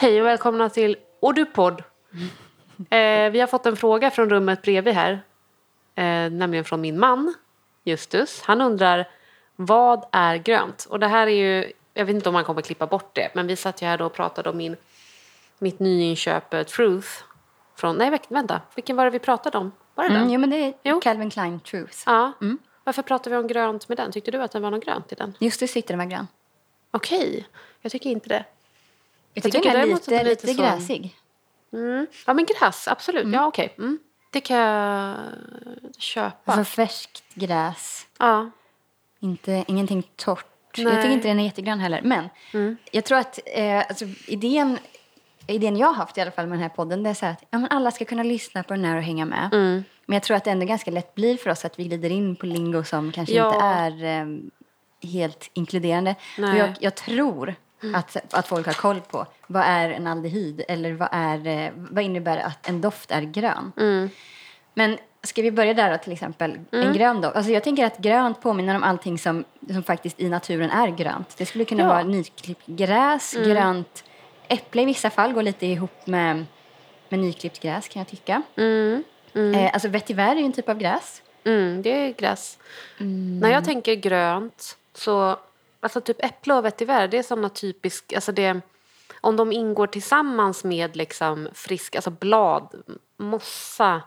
Hej och välkomna till Odupodd. Vi har fått en fråga från rummet bredvid här. Nämligen från min man, Justus. Han undrar, vad är grönt? Och det här är ju, jag vet inte om man kommer klippa bort det. Men vi satt ju här då och pratade om mitt nyinköp Truth. Vänta, vilken var det vi pratade om? Var det den? Jo, men det är Calvin Klein Truth. Ja. Varför pratar vi om grönt med den? Tyckte du att det var något grönt i den? Justus tyckte den var grön. Okej, jag tycker inte det. Jag tycker den är lite gräsig. Ja, men gräs, absolut. Ja, okej. Det kan jag köpa. Alltså färskt gräs. Ja. Ingenting torrt. Nej. Jag tycker inte den är jättegrön heller. Men jag tror att idén jag har haft i alla fall med den här podden, det är så här att men alla ska kunna lyssna på den här och hänga med. Men jag tror att det ändå ganska lätt blir för oss att vi glider in på lingo som kanske inte är helt inkluderande. Och jag tror att folk har koll på vad är en aldehyd eller vad innebär att en doft är grön. Men ska vi börja där då, till exempel en grön doft? Alltså jag tänker att grönt påminner om allting som faktiskt i naturen är grönt. Det skulle kunna vara nyklippt gräs, grönt äpple i vissa fall går lite ihop med nyklippt gräs, kan jag tycka. Alltså vetiver är ju en typ av gräs. Det är gräs. När jag tänker grönt så, alltså typ äpple och vetiver, det är sådana typisk, alltså det, om de ingår tillsammans med liksom frisk, alltså blad, mossa,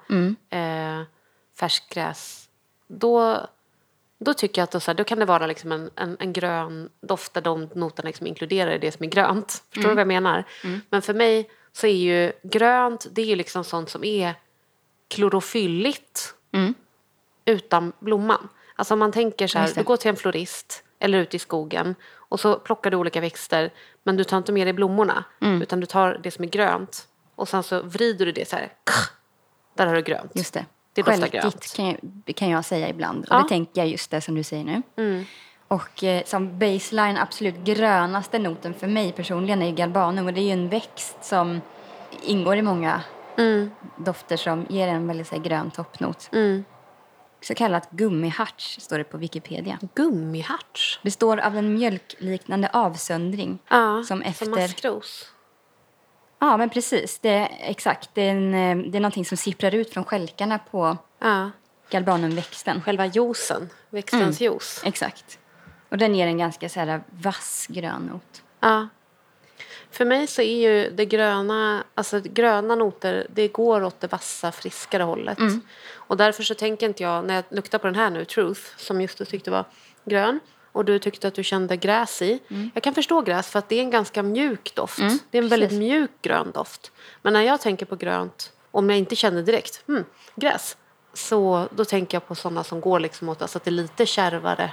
färskgräs, då tycker jag att då kan det vara liksom en grön doft där de noterna liksom inkluderar det som är grönt. Förstår du vad jag menar? Men för mig så är ju grönt, det är ju liksom sånt som är klorofylligt utan blomman. Alltså om man tänker så här, du går till en florist eller ut i skogen och så plockar du olika växter, men du tar inte med dig blommorna utan du tar det som är grönt och sen så vrider du det så här, där har du grönt. Just det. Det doftar grönt. Kan jag säga ibland. Och det tänker jag just det som du säger nu. Och som baseline, absolut grönaste noten för mig personligen är galbanum. Och det är ju en växt som ingår i många dofter som ger en väldigt så här, grön toppnot. Så kallat gummiharts står det på Wikipedia. Gummiharts? Består av en mjölkliknande avsöndring. Som maskros. Ja, men precis. Exakt. Det är någonting som sipprar ut från skälkarna på galbanumväxten. Själva juicen, växtens juice. Exakt. Och den ger en ganska så här vass grön not. Ja. För mig så är ju det gröna, alltså gröna noter, det går åt det vassa, friskare hållet. Och därför så tänker inte jag, när jag luktar på den här nu, Truth, som just du tyckte var grön, och du tyckte att du kände gräs i. Jag kan förstå gräs för att det är en ganska mjuk doft. Det är en väldigt mjuk grön doft. Men när jag tänker på grönt, om jag inte känner direkt, gräs, så då tänker jag på sådana som går liksom åt, alltså att det är lite kärvare,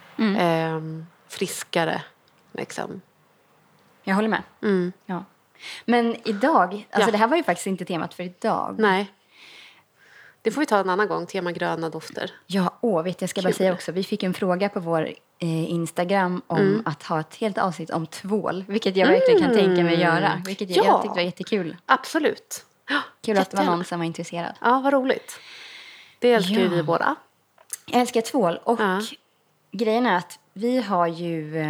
friskare liksom. Jag håller med. Ja. Men idag, alltså det här var ju faktiskt inte temat för idag. Nej. Det får vi ta en annan gång, tema gröna dofter. Ja, jag ska bara säga också. Vi fick en fråga på vår Instagram om att ha ett helt avsnitt om tvål. Vilket jag verkligen kan tänka mig göra. Vilket jag tyckte var jättekul. Absolut. Kul att det var någon som var intresserad. Ja, vad roligt. Det älskar ju vi båda. Jag älskar tvål. Och grejen är att vi har ju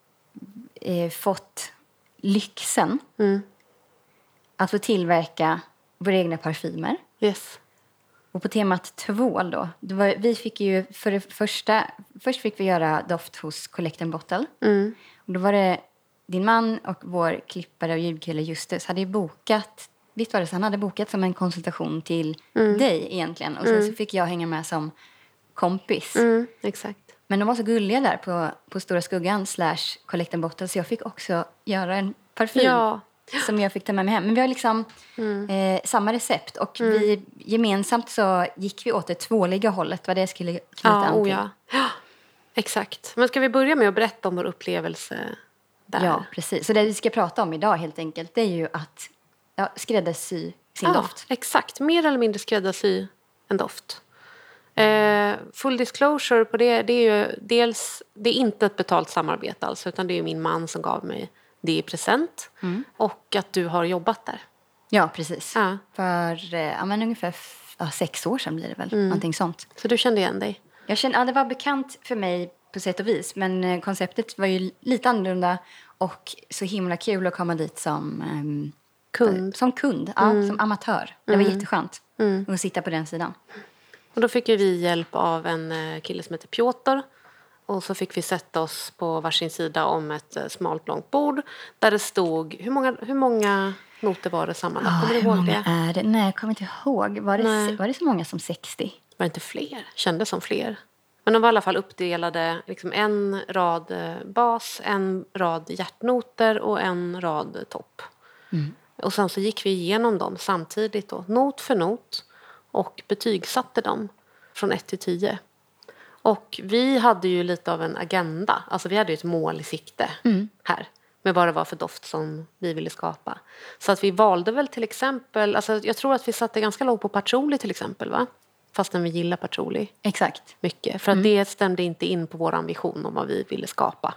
fått lyxen att få tillverka våra egna parfymer. Yes. Och på temat tvål då. Vi fick ju först fick vi göra doft hos Collect & Bottle. Och då var det din man och vår klippare och ljudkille Justus hade ju bokat, visst var det så, han hade bokat som en konsultation till dig egentligen. Och sen så fick jag hänga med som kompis. Exakt. Men de var så gulliga där på Stora Skuggan / Collect & Bottle, så jag fick också göra en parfym som jag fick ta med mig hem. Men vi har liksom samma recept och vi gemensamt så gick vi åt det tvåliga hållet, vad det skulle knyta an till. Ja, exakt. Men ska vi börja med att berätta om vår upplevelse där? Ja, precis. Så det vi ska prata om idag helt enkelt, det är ju att skräddarsy sin doft. Exakt. Mer eller mindre skräddarsy en doft. Full disclosure på det är ju dels, det är inte ett betalt samarbete alltså, utan det är min man som gav mig det i present och att du har jobbat där. Ja, precis. För ungefär 6 år sedan blir det väl, någonting sånt. Så du kände igen dig? Jag kände, det var bekant för mig på sätt och vis, men konceptet var ju lite annorlunda Och så himla kul att komma dit som Kund. Som kund, som amatör. Det var jätteskönt att sitta på den sidan. Och då fick ju vi hjälp av en kille som heter Piotr. Och så fick vi sätta oss på varsin sida om ett smalt långt bord. Där det stod, hur många noter var det sammanlagt? Kommer du ihåg det? Är det? Nej, jag kommer inte ihåg. Var det så många som 60? Var det inte fler? Kändes som fler. Men de var i alla fall uppdelade liksom en rad bas, en rad hjärtnoter och en rad topp. Och sen så gick vi igenom dem samtidigt då, not för not, och betygsatte dem från 1 till 10. Och vi hade ju lite av en agenda, alltså vi hade ju ett mål i sikte här med vad det var för doft som vi ville skapa. Så att vi valde väl till exempel, alltså jag tror att vi satte ganska lågt på patchouli till exempel, va? Fastän vi gillar patchouli. Exakt. Mycket, för att det stämde inte in på vår ambition om vad vi ville skapa.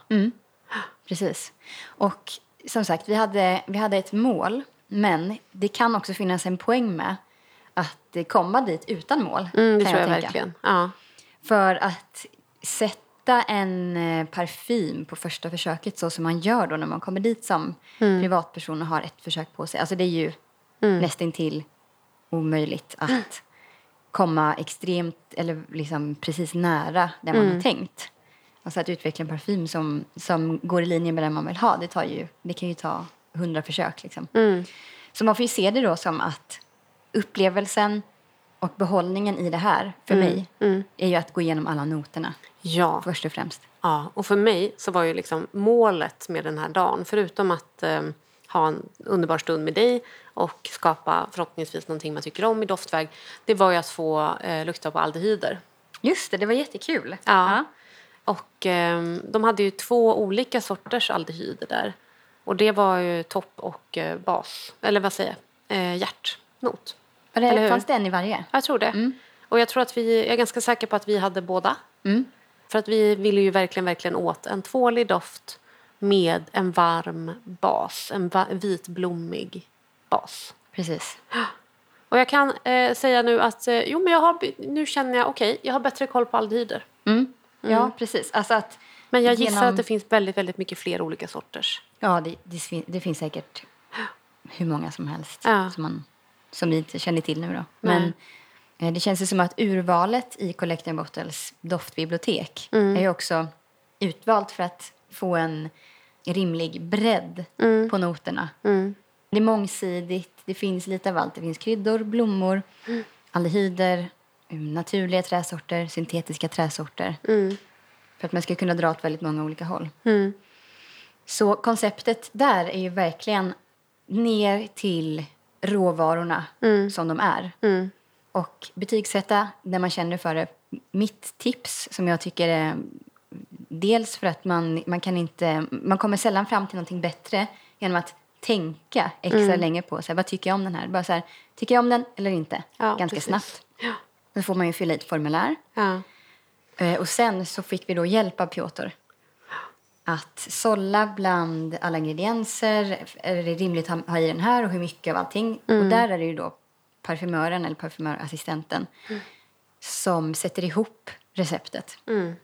Precis. Och som sagt, vi hade ett mål, men det kan också finnas en poäng med att komma dit utan mål. Det tror jag verkligen. Ja. För att sätta en parfym på första försöket så som man gör då när man kommer dit som privatperson och har ett försök på sig. Alltså det är ju nästintill omöjligt att komma extremt eller liksom precis nära det man har tänkt. Alltså att utveckla en parfym som går i linje med det man vill ha, det kan ju ta 100 försök liksom. Så man får ju se det då som att upplevelsen och behållningen i det här för mig är ju att gå igenom alla noterna. Ja. Först och främst. Ja, och för mig så var ju liksom målet med den här dagen, förutom att ha en underbar stund med dig och skapa förhoppningsvis någonting man tycker om i doftväg, det var ju att få lukta på aldehyder. Just det var jättekul. Ja. Och de hade ju 2 olika sorters aldehyder där. Och det var ju topp och bas, eller vad säger jag, hjärtnot. Fanns det en i varje? Jag tror det. Och jag tror att jag är ganska säker på att vi hade båda. För att vi ville ju verkligen åt en tvålig doft med en varm bas. En vitblommig bas. Precis. Och jag kan säga nu att nu känner jag jag har bättre koll på aldehyder. Ja, precis. Alltså att men jag gissar att det finns väldigt mycket fler olika sorters. Ja, det finns säkert hur många som helst som vi inte känner till nu då. Men det känns ju som att urvalet i Collecting Bottles doftbibliotek är ju också utvalt för att få en rimlig bredd på noterna. Det är mångsidigt, det finns lite av allt. Det finns kryddor, blommor, aldehyder, naturliga träsorter, syntetiska träsorter. För att man ska kunna dra åt väldigt många olika håll. Så konceptet där är ju verkligen ner till råvarorna som de är. Och betygsätta när man känner för det. Mitt tips som jag tycker är dels för att man kommer sällan fram till någonting bättre genom att tänka extra länge på så här, vad tycker jag om den här? Bara så här, tycker jag om den eller inte? Ja, ganska precis. snabbt. Då får man ju fylla i ett formulär. Ja. Och sen så fick vi då hjälp av Piotr att sålla bland alla ingredienser. Är det rimligt att ha i den här och hur mycket av allting? Och där är det ju då parfymören eller parfymörassistenten som sätter ihop receptet.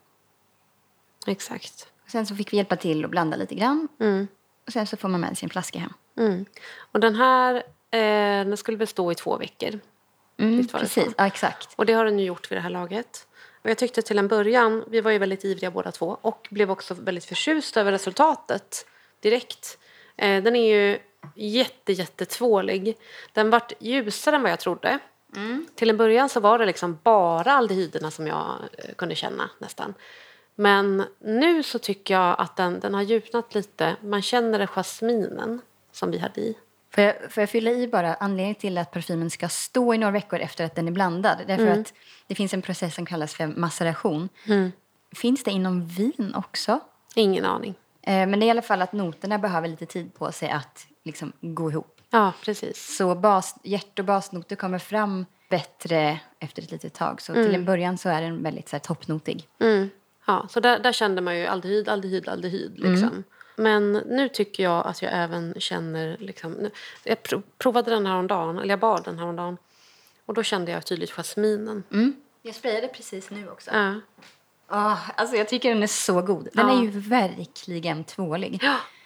Exakt. Och sen så fick vi hjälpa till och blanda lite grann. Och sen så får man med sin flaska hem. Och den här den skulle bestå i 2 veckor. Visst var det Precis, så? ja, exakt. Och det har den ju gjort vid det här laget. Och jag tyckte till en början, vi var ju väldigt ivriga båda två och blev också väldigt förtjust över resultatet direkt. Den är ju jättetvålig. Den vart ljusare än vad jag trodde. Till en början så var det liksom bara aldehyderna som jag kunde känna nästan. Men nu så tycker jag att den har djupnat lite. Man känner det jasminen som vi hade i. Får jag fylla i bara anledningen till att parfymen ska stå i några veckor efter att den är blandad? Därför att det finns en process som kallas för maceration. Finns det inom vin också? Ingen aning. Men det är i alla fall att noterna behöver lite tid på sig att liksom gå ihop. Ja, precis. Så hjärt- och basnoter kommer fram bättre efter ett litet tag. Så till en början så är den väldigt så här, toppnotig. Ja, så där kände man ju aldehyd liksom. Men nu tycker jag att jag även känner liksom, jag provade den här om dagen, eller jag bad den här om dagen. Och då kände jag tydligt jasminen. Jag sprayade precis nu också. Ja. Alltså jag tycker den är så god. Den är ju verkligen tvålig. Ja.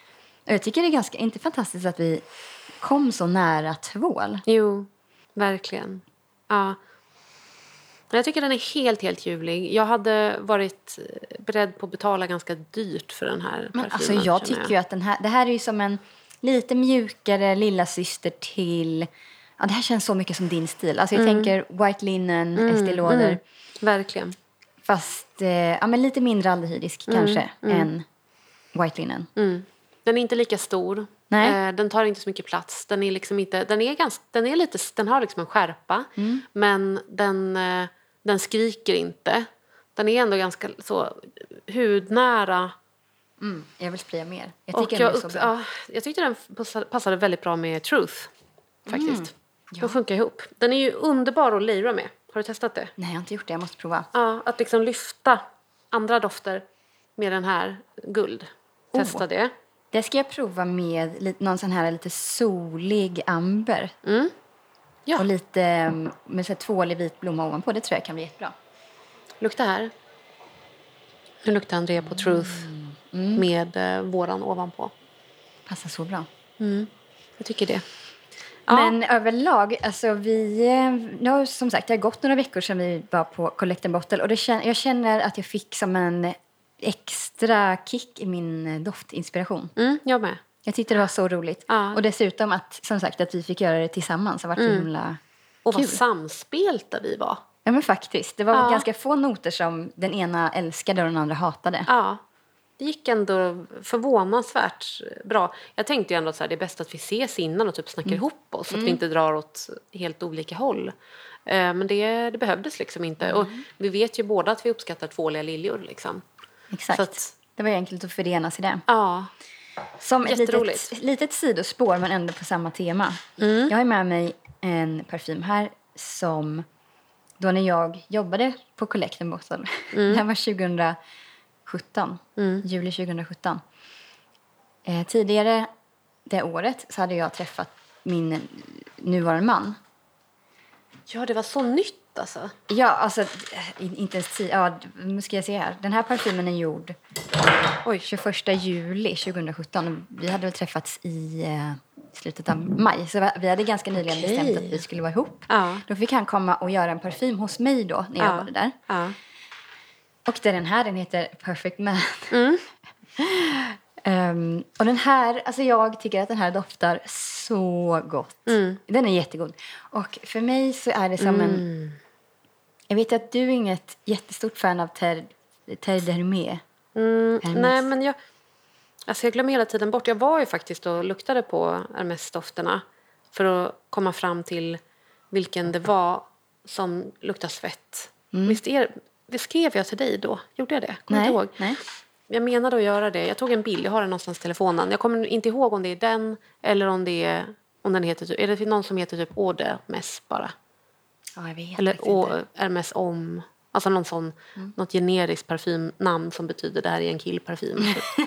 Och jag tycker det är inte fantastiskt att vi kom så nära tvål. Jo, verkligen. Ja. Jag tycker den är helt ljuvlig. Jag hade varit beredd på att betala ganska dyrt för den här parfymen. Alltså jag tycker ju att det här är ju som en lite mjukare lilla syster till... Ja, det här känns så mycket som din stil. Alltså jag tänker White Linen, Estée Lauder. Verkligen. Fast men lite mindre aldehydisk kanske än White Linen. Den är inte lika stor. Nej. Den tar inte så mycket plats. Den är liksom inte, den har liksom en skärpa. Men den skriker inte. Den är ändå ganska så hudnära. Jag vill spraya mer. Jag tycker den är så bra. Jag tyckte den passade väldigt bra med Truth. Faktiskt. De funkar ihop. Den är ju underbar att layera med. Har du testat det? Nej, jag har inte gjort det. Jag måste prova. Ja, att liksom lyfta andra dofter med den här guld. Testa det. Det ska jag prova med någon sån här lite solig amber. Ja. Och lite med så här tvålig vit blomma ovanpå. Det tror jag kan bli jättebra. Lukta här. Nu luktar Andrea på Truth med våran ovanpå. Passar så bra. Jag tycker det. Ja. Men överlag, alltså nu som sagt, det har gått några veckor sedan vi var på Collect & Bottle. Och jag känner att jag fick som en extra kick i min doftinspiration. Jag med. Jag tyckte det var så roligt. Ja. Och dessutom att vi fick göra det tillsammans har varit så himla Och vad kul. samspelta vi var. Ja, men faktiskt. Det var ganska få noter som den ena älskade och den andra hatade. Ja. Det gick ändå förvånansvärt bra. Jag tänkte ju ändå att det är bäst att vi ses innan och typ snackar ihop oss. Så att vi inte drar åt helt olika håll. Men det behövdes liksom inte. Och vi vet ju båda att vi uppskattar tvåliga liljor. Liksom. Exakt. Så att, det var enkelt att förenas i det. ja. Som ett Jätteroligt. litet sidospår men ändå på samma tema. Jag har med mig en parfym här som då när jag jobbade på Collect & Bottle. Det här var 2017. Juli 2017. Tidigare det året så hade jag träffat min nuvarande man. Ja, det var så nytt alltså. Ja, alltså inte ens nu ska jag se här. Den här parfymen är gjord 21 juli 2017. Vi hade väl träffats i slutet av maj. Så vi hade ganska nyligen bestämt att vi skulle vara ihop. Ja. Då fick han komma och göra en parfym hos mig då när jag var där. Ja. Och den heter Perfect Man. Och den här, alltså jag tycker att den här doftar så gott. Den är jättegod. Och för mig så är det som en... Jag vet att du är inget jättestort fan av Terre d'Hermès. Nej, men jag glömmer hela tiden bort. Jag var ju faktiskt och luktade på Hermès-dofterna för att komma fram till vilken det var som luktar svett. Det skrev jag till dig då. Gjorde jag det? Kommer inte ihåg. Nej. Jag menade att göra det. Jag tog en bild. Jag har den någonstans i telefonen. Jag kommer inte ihåg om det är den eller om den heter typ... Är det någon som heter typ Eau de Hermès bara? Ja, jag vet Eller inte. Hermès om... Alltså något generiskt parfymnamn som betyder det här är en killparfym.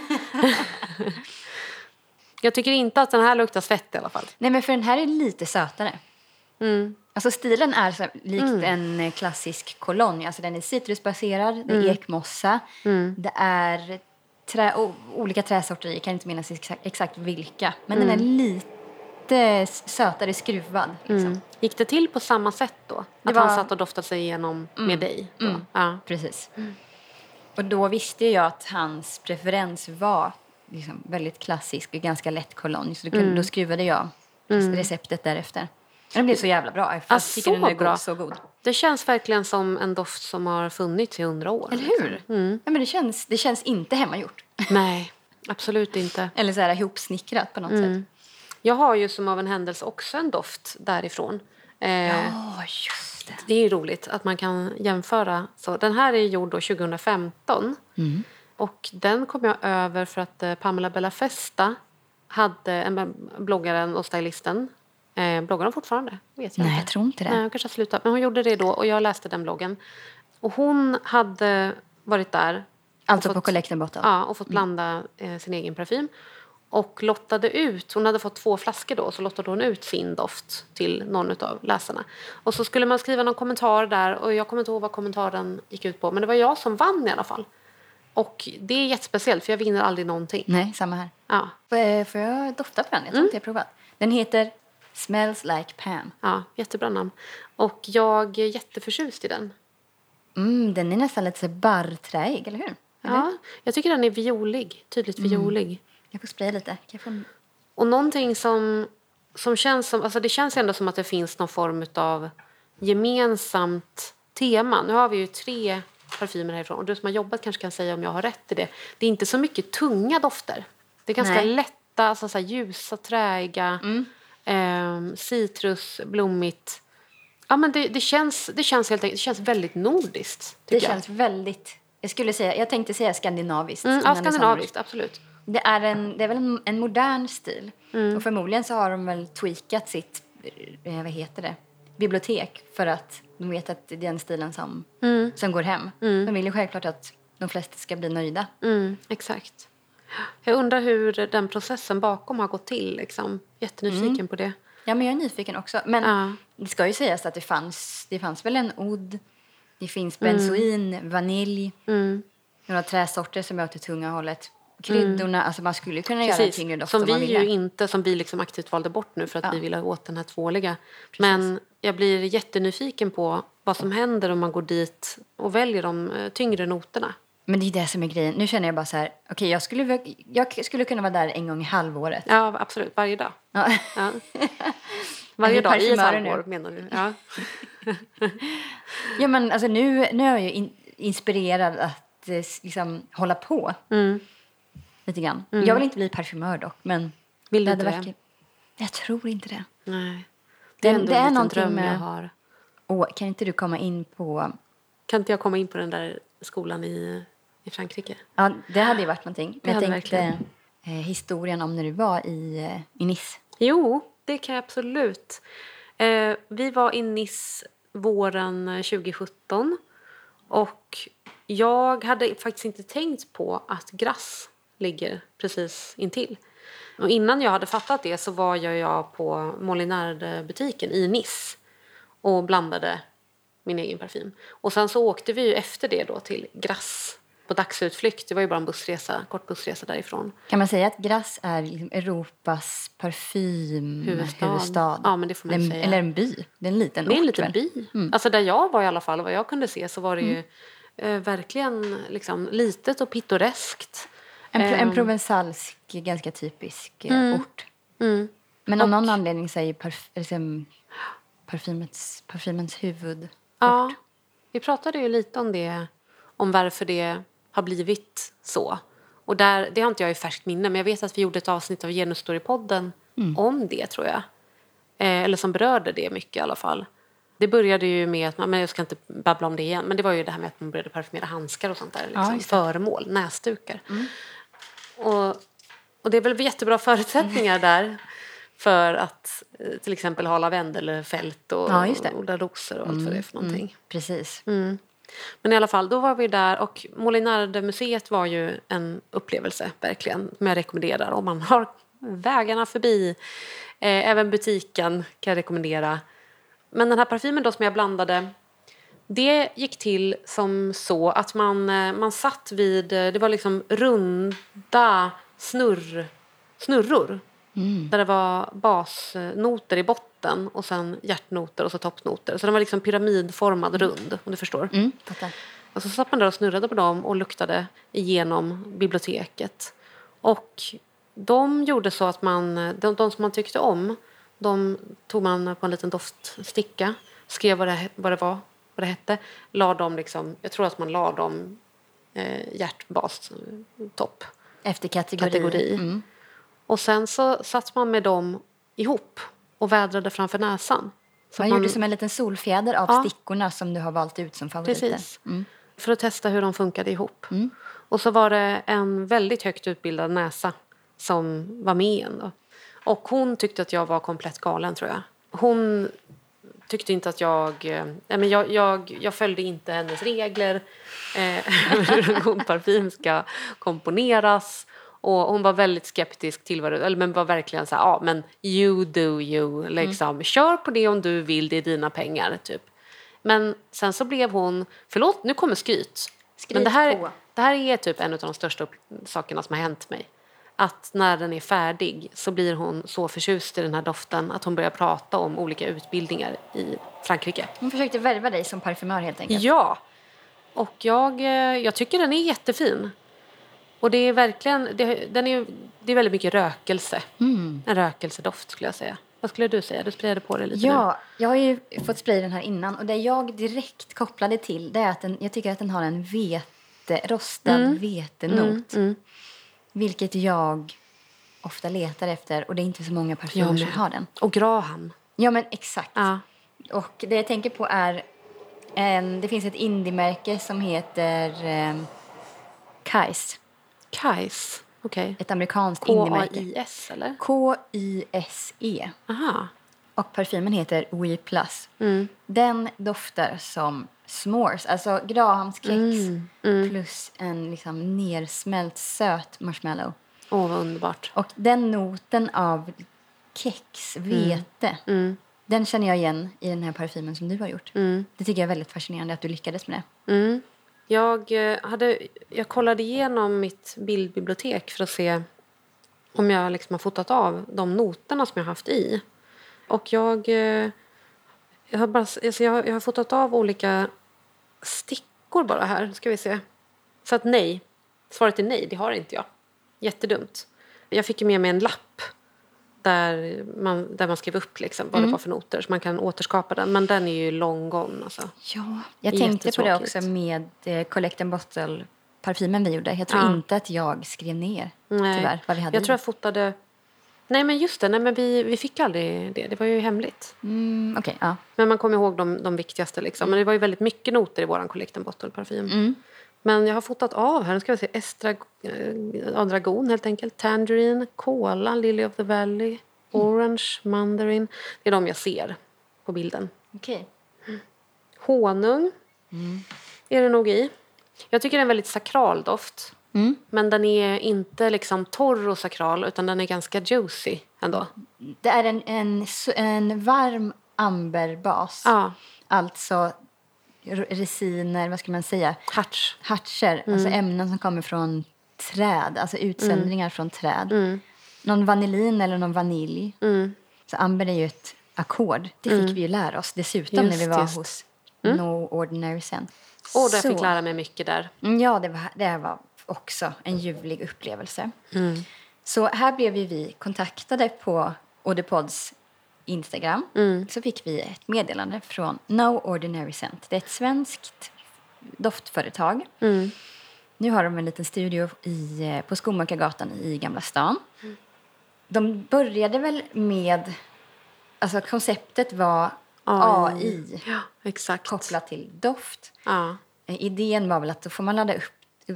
Jag tycker inte att den här luktar svett i alla fall. Nej, men för den här är lite sötare. Alltså stilen är så likt en klassisk cologne. Alltså den är citrusbaserad, det är ekmossa. Det är olika träsorter i, jag kan inte minnas exakt vilka. Men den är lite sötare skruvad. Liksom. Gick det till på samma sätt då? Han satt och doftade sig igenom med dig? Då? Ja. Precis. Och då visste jag att hans preferens var liksom väldigt klassisk och ganska lätt cologne. Så då skruvade jag receptet därefter. Den blev så jävla bra. Jag tycker den är så god. Det känns verkligen som en doft som har funnits i 100 år. Eller hur? Ja, men det känns inte hemmagjort. Nej, absolut inte. Eller så här ihopsnickrat på något sätt. Jag har ju som av en händelse också en doft därifrån. Ja, just det. Det är ju roligt att man kan jämföra. Så, den här är gjord då 2015. Och den kom jag över för att Pamela Bellafesta hade bloggaren och stylisten. Bloggar de fortfarande? Vet jag Nej, inte. jag tror inte det. Nej, jag kanske har slutat. Men hon gjorde det då och jag läste den bloggen. Och hon hade varit där. Alltså på Collect & Bottle? Ja, och fått blanda sin egen parfym. Och lottade ut, hon hade fått 2 flaskor då, så lottade hon ut sin doft till någon av läsarna. Och så skulle man skriva någon kommentar där och jag kommer inte ihåg vad kommentaren gick ut på. Men det var jag som vann i alla fall. Och det är jättespeciellt för jag vinner aldrig någonting. Nej, samma här. Ja. Får jag dofta på den? Jag tror inte jag har provat. Den heter Smells Like Pam. Ja, jättebra namn. Och jag är jätteförtjust i den. Den är nästan lite så barrträig, eller hur? Eller? Ja, jag tycker den är violig. Tydligt violig. Jag får spraya lite. Kan jag få Och någonting som känns som... Alltså det känns ändå som att det finns någon form av gemensamt tema. Nu har vi ju 3 parfymer härifrån. Och du som har jobbat kanske kan säga om jag har rätt i det. Det är inte så mycket tunga dofter. Det är ganska lätta, alltså så här ljusa, träiga, citrus, blommigt. Ja, men det känns helt enkelt, det känns väldigt nordiskt. Det känns väldigt... Jag tänkte säga skandinaviskt. Ja, skandinaviskt, absolut. Det är väl en modern stil. Och förmodligen så har de väl tweakat sitt, bibliotek för att de vet att det är den stilen som går hem. De vill ju självklart att de flesta ska bli nöjda. Exakt. Jag undrar hur den processen bakom har gått till. Liksom. Jättenyfiken på det. Ja, men jag är nyfiken också. Men det ska ju sägas att det fanns väl en oud. Det finns benzoin, vanilj. Några träsorter som är åt det tunga hållet. Kryddorna, alltså man skulle kunna göra en tyngre doft som vi liksom aktivt valde bort nu för att vi ville åt den här tvåliga. Precis. Men jag blir jättenyfiken på vad som händer om man går dit och väljer de tyngre noterna. Men det är det som är grejen. Nu känner jag bara så här, okej, jag skulle kunna vara där en gång i halvåret. Ja, absolut. Varje dag. Ja. Ja. Varje dag i ett halvår, menar du? Ja. Ja, men alltså nu är jag ju inspirerad att liksom hålla på. Lite grann. Jag vill inte bli parfymör dock, men... Vill du inte det? Jag tror inte det. Nej. Det är ändå en liten dröm jag har. Kan inte du komma in på... Kan inte jag komma in på den där skolan i Frankrike? Ja, det hade ju varit någonting. Men jag tänkte verkligen. Historien om när du var i Nice. Jo, det kan jag absolut. Vi var i Nice våren 2017. Och jag hade faktiskt inte tänkt på att Grasse ligger precis intill. Och innan jag hade fattat det så var jag på Molinard-butiken i Nice och blandade min egen parfym. Och sen så åkte vi ju efter det då till Grasse på dagsutflykt. Det var ju bara en kort bussresa därifrån. Kan man säga att Grasse är liksom Europas parfymhuvudstad? Ja, men det får man säga. Eller en by. Det är en liten ort. Det är en liten by. Alltså där jag var i alla fall, vad jag kunde se, så var det ju verkligen liksom litet och pittoreskt. En provensalsk, ganska typisk ort. Men av någon anledning så är ju parfymens huvudort. Ja, vi pratade ju lite om det. Om varför det har blivit så. Och det har inte jag i färskt minne. Men jag vet att vi gjorde ett avsnitt av Genusstory-podden om det, tror jag. Eller som berörde det mycket i alla fall. Det började ju med att, men jag ska inte babbla om det igen. Men det var ju det här med att man började parfymera handskar och sånt där. Liksom, föremål, näsdukar. Och det är väl jättebra förutsättningar där. För att till exempel ha lavendelfält och odla rosor och allt vad det är för någonting. Precis. Men i alla fall, då var vi där. Och Molinard-museet var ju en upplevelse, verkligen. Som jag rekommenderar om man har vägarna förbi. Även butiken kan jag rekommendera. Men den här parfymen då som jag blandade, det gick till som så att man satt vid, det var liksom runda snurror. Där det var basnoter i botten och sen hjärtnoter och så toppnoter. Så den var liksom pyramidformad rund, om du förstår. Och så satt man där och snurrade på dem och luktade igenom biblioteket. Och de gjorde så att de som man tyckte om, de tog man på en liten doftsticka, skrev vad det hette, la dem liksom, jag tror att man la dem hjärtbas topp. Efter kategori. Och sen så satt man med dem ihop och vädrade framför näsan. Så man gjorde som en liten solfjäder av stickorna som du har valt ut som favoriter. Precis. För att testa hur de funkade ihop. Och så var det en väldigt högt utbildad näsa som var med en då. Och hon tyckte att jag var komplett galen, tror jag. Hon tyckte inte att jag följde inte hennes regler. Hur en god parfym ska komponeras. Och hon var väldigt skeptisk till men var verkligen så här, men you do you, liksom. Kör på det om du vill, det är dina pengar, typ. Men sen så blev hon, förlåt, nu kommer skryt. Men det här Det här är typ en av de största sakerna som har hänt mig. Att när den är färdig så blir hon så förtjust i den här doften att hon börjar prata om olika utbildningar i Frankrike. Hon försökte värva dig som parfymör helt enkelt. Ja, och jag tycker den är jättefin. Och det är verkligen, det är väldigt mycket rökelse. En rökelsedoft skulle jag säga. Vad skulle du säga? Du sprayade på det lite nu. Ja, jag har ju fått spraya den här innan. Och det jag direkt kopplade till det är att jag tycker att den har en rostad vetenot. Vilket jag ofta letar efter. Och det är inte så många parfymer som har den. Och Graham. Ja, men exakt. Ja. Och det jag tänker på är det finns ett indie-märke som heter Kais. Kais, okej. Ett amerikanskt indie-märke. K-A-I-S, eller? K-I-S-E. Aha. Och parfymen heter We Plus. Den doftar som s'mores. Alltså Grahamskex plus en liksom nersmält söt marshmallow. Åh, vad underbart. Och den noten av kex, vete, den känner jag igen i den här parfymen som du har gjort. Det tycker jag är väldigt fascinerande att du lyckades med det. Jag kollade igenom mitt bildbibliotek för att se om jag liksom har fotat av de noterna som jag har haft i. Och jag har fotat av olika stickor bara här. Ska vi se. Så att nej. Svaret är nej, det har inte jag. Jättedumt. Jag fick ju med mig en lapp där man skrev upp liksom vad det var för noter. Så man kan återskapa den. Men den är ju long gone. Alltså. Ja, jag tänkte på det också med Collect & Bottle-parfymen vi gjorde. Jag tror inte att jag skrev ner tyvärr vad vi hade. Jag tror jag fotade... Nej, men just det. Nej, men vi fick aldrig det. Det var ju hemligt. Okej, ja. Men man kommer ihåg de viktigaste. Liksom. Men det var ju väldigt mycket noter i våran Collect & Bottle-parfym. Men jag har fotat av här. Nu ska vi se. Dragon helt enkelt. Tangerine, Cola, Lily of the Valley, Orange, Mandarin. Det är de jag ser på bilden. Okej. Honung är det nog i. Jag tycker det är en väldigt sakral doft. Men den är inte liksom torr och sakral utan den är ganska juicy ändå. Det är en varm amberbas. Ja. Alltså resiner, vad ska man säga? Hartser, alltså ämnen som kommer från träd, alltså utsöndringar från träd. Någon vanillin eller någon vanilj. Så amber är ju ett ackord. Det fick vi ju lära oss dessutom när vi var hos No Ordinary Scent. Och jag fick lära mig mycket där. Ja, det var också en ljuvlig upplevelse. Så här blev vi kontaktade på Odepods Instagram. Så fick vi ett meddelande från No Ordinary Scent. Det är ett svenskt doftföretag. Nu har de en liten studio på Skomakargatan i Gamla stan. De började väl med... Alltså konceptet var AI. Ja, exakt. Kopplat till doft. Ja. Idén var väl att då får man ladda upp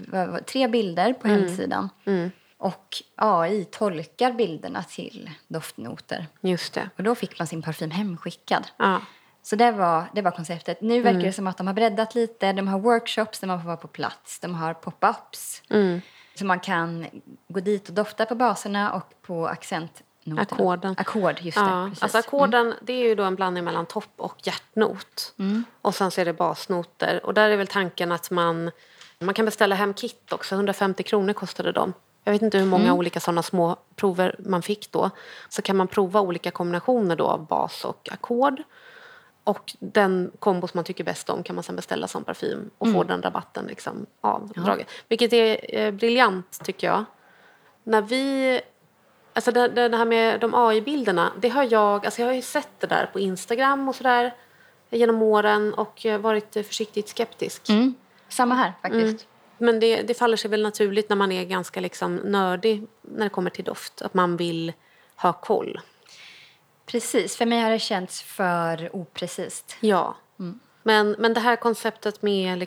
3 bilder på hemsidan. Och AI tolkar bilderna till doftnoter. Just det. Och då fick man sin parfym hemskickad. Ja. Så det var konceptet. Nu verkar det som att de har breddat lite. De har workshops där man får vara på plats. De har pop-ups. Så man kan gå dit och dofta på baserna och på accentnoterna. Ackord, just det. Precis. Alltså ackorden, det är ju då en blandning mellan topp- och hjärtnot. Och sen så är det basnoter. Och där är väl tanken att man kan beställa hem kit också. 150 kronor kostade de. Jag vet inte hur många olika sådana små prover man fick då. Så kan man prova olika kombinationer då av bas och ackord. Och den kombo som man tycker bäst om kan man sen beställa som parfym. Och få den rabatten liksom avdraget. Vilket är briljant tycker jag. När vi... Alltså det här med de AI-bilderna. Det har jag har ju sett det där på Instagram och sådär. Genom åren och varit försiktigt skeptisk. Samma här faktiskt. Men det faller sig väl naturligt när man är ganska liksom nördig när det kommer till doft. Att man vill ha koll. Precis, för mig har det känts för oprecist. Ja, men det här konceptet med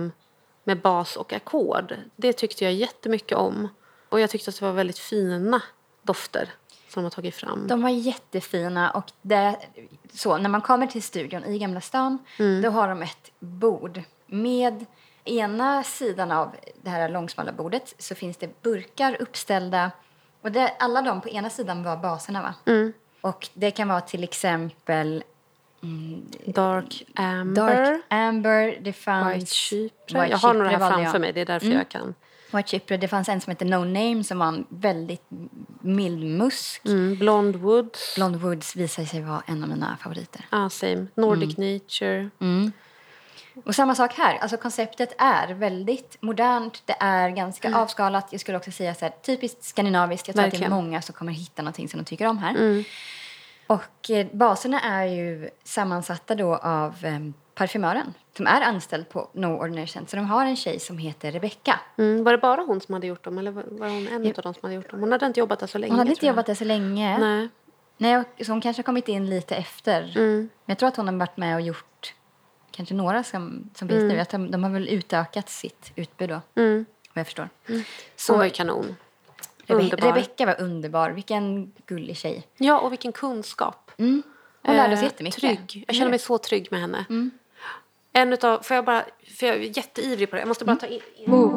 bas och ackord. Det tyckte jag jättemycket om. Och jag tyckte att det var väldigt fina dofter som de har tagit fram. De var jättefina och när man kommer till studion i Gamla stan då har de ett bord med ena sidan av det här långsmala bordet så finns det burkar uppställda och alla de på ena sidan var baserna va? Och det kan vara till exempel Dark Amber. Det fanns... White Chypre. Jag har några här framför mig, det är därför jag kan. White Chypre, det fanns en som heter No Name som var en väldigt mild musk. Blonde Woods. Blonde Woods visar sig vara en av mina favoriter. Ja, same. Nordic Nature. Och samma sak här. Alltså konceptet är väldigt modernt. Det är ganska avskalat. Jag skulle också säga så här, typiskt skandinaviskt. Jag tror att det är många som kommer hitta någonting som de tycker om här. Och baserna är ju sammansatta då av parfymören som är anställd på No Ordinary Scent. Så de har en tjej som heter Rebecca. Var det bara hon som hade gjort dem? Eller var hon en av dem som hade gjort dem? Hon hade inte jobbat där så länge. Hon hade inte jobbat där så länge. Nej, så hon kanske har kommit in lite efter. Men jag tror att hon har varit med och gjort kanske några som finns nu. Att de har väl utökat sitt utbud då. Vad jag förstår. Så hon var ju kanon. Rebecca var underbar. Vilken gullig tjej. Ja, och vilken kunskap. Hon lärde oss jättemycket. Trygg. Jag känner mig så trygg med henne. För jag är jätteivrig på det. Jag måste bara ta in.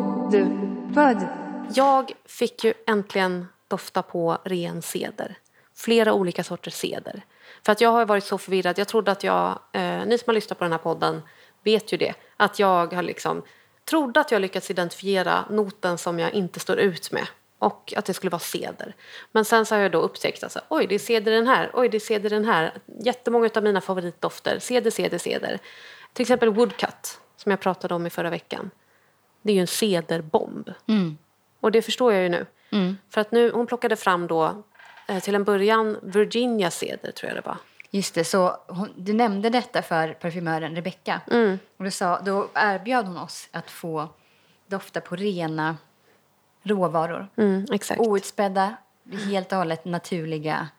Jag fick ju äntligen dofta på ren ceder. Flera olika sorters ceder. För att jag har varit så förvirrad. Jag trodde att ni som har lyssnat på den här podden vet ju det. Att jag har trodde att jag lyckats identifiera noten som jag inte står ut med. Och att det skulle vara ceder. Men sen så har jag då upptäckt att oj, det är ceder den här. Oj, det är ceder den här. Jättemånga av mina favoritdofter. Ceder. Till exempel Woodcut, som jag pratade om i förra veckan. Det är ju en cederbomb. Och det förstår jag ju nu. För att nu, hon plockade fram då till en början Virginia ceder, tror jag det var. Just det, så du nämnde detta för parfymören Rebecca. Och då erbjöd hon oss att få dofta på rena råvaror. Exakt. Outspädda, helt och hållet naturliga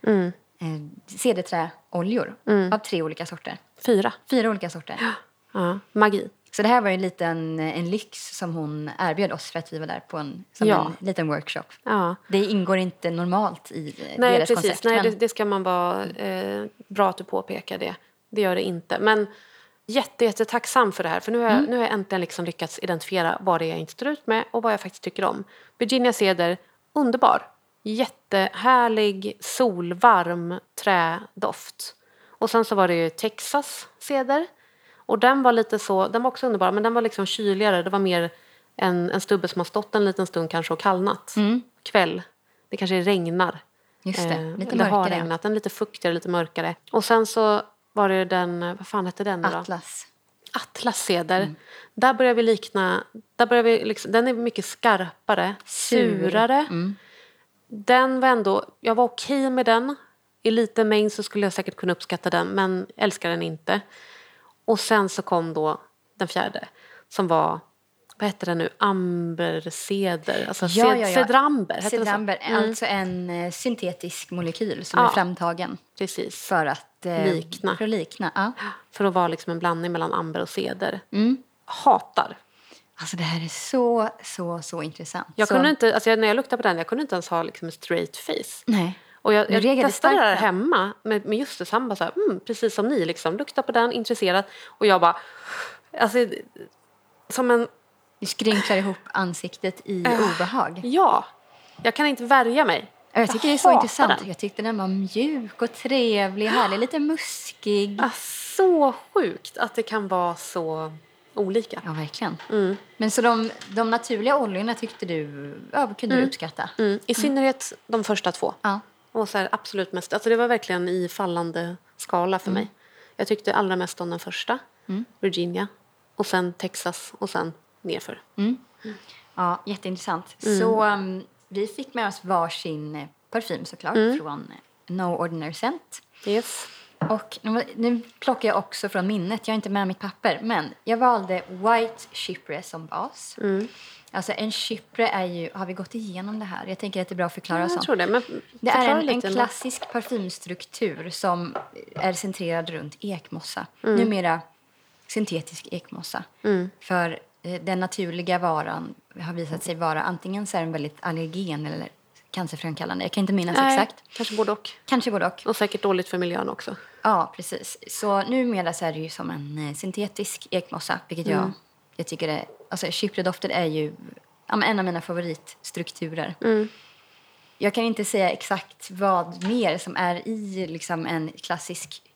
cederträoljor av 3 olika sorter. 4 olika sorter. Ja, magi. Så det här var ju lite en lyx som hon erbjöd oss för att vi var där på en liten workshop. Ja. Det ingår inte normalt i deras precis. koncept. Nej, det ska man vara bra att du påpekar det. Det gör det inte. Men jättetacksam för det här. För nu har jag äntligen lyckats identifiera vad det är jag inte står ut med och vad jag faktiskt tycker om. Virginia ceder, underbar. Jättehärlig, solvarm trädoft. Och sen så var det ju Texas ceder. Och den var den var också underbar, men den var kyligare. Det var mer en stubbe som har stått en liten stund kanske och kallnat. Kväll. Det kanske regnar. Just det, lite det mörkare. har regnat, den lite fuktigare, lite mörkare. Och sen så var det vad fan hette den då? Atlas ceder. Där börjar vi likna, den är mycket skarpare, surare. Den var ändå, jag var okej med den. I liten mängd så skulle jag säkert kunna uppskatta den, men älskar den inte. Och sen så kom då den 4:e som var, vad heter det nu? Amberceder. Alltså cedramber. Cedramber, alltså en syntetisk molekyl som är framtagen. Precis. För att likna. Ja. För att vara en blandning mellan amber och ceder. Hatar. Alltså det här är så intressant. Kunde inte, när jag luktade på den, jag kunde inte ens ha en straight face. Nej. Och jag testade det där hemma med Justus. Han bara så här, precis som ni luktar på den, intresserad. Och jag bara, som en... Du skrynklar ihop ansiktet i obehag. Ja, jag kan inte värja mig. Jag tycker det är så intressant. Jag tyckte den var mjuk och trevlig, härlig, lite muskig. Så sjukt att det kan vara så olika. Ja, verkligen. Men så de naturliga oljorna tyckte du kunde du uppskatta? I synnerhet de första 2. Ja. Och så här, absolut mest. Alltså det var verkligen i fallande skala för mig. Jag tyckte allra mest om den första. Virginia. Och sen Texas. Och sen nerför. Ja, jätteintressant. Så vi fick med oss varsin parfym såklart. Från No Ordinary Scent. Yes. Och nu plockar jag också från minnet. Jag har inte med mitt papper. Men jag valde White Chypre som bas. Alltså en Chypre är ju... Har vi gått igenom det här? Jag tänker att det är bra att förklara sånt. Jag tror det. Men det är en klassisk parfymstruktur som är centrerad runt ekmossa. Numera syntetisk ekmossa. För den naturliga varan har visat sig vara antingen så är den väldigt allergen eller cancerframkallande. Jag kan inte minnas exakt. Kanske både och. Och säkert dåligt för miljön också. Ja, precis. Så numera så är det ju som en syntetisk ekmossa. Vilket jag tycker är... Alltså Chypredofter är ju en av mina favoritstrukturer. Jag kan inte säga exakt vad mer som är i en klassisk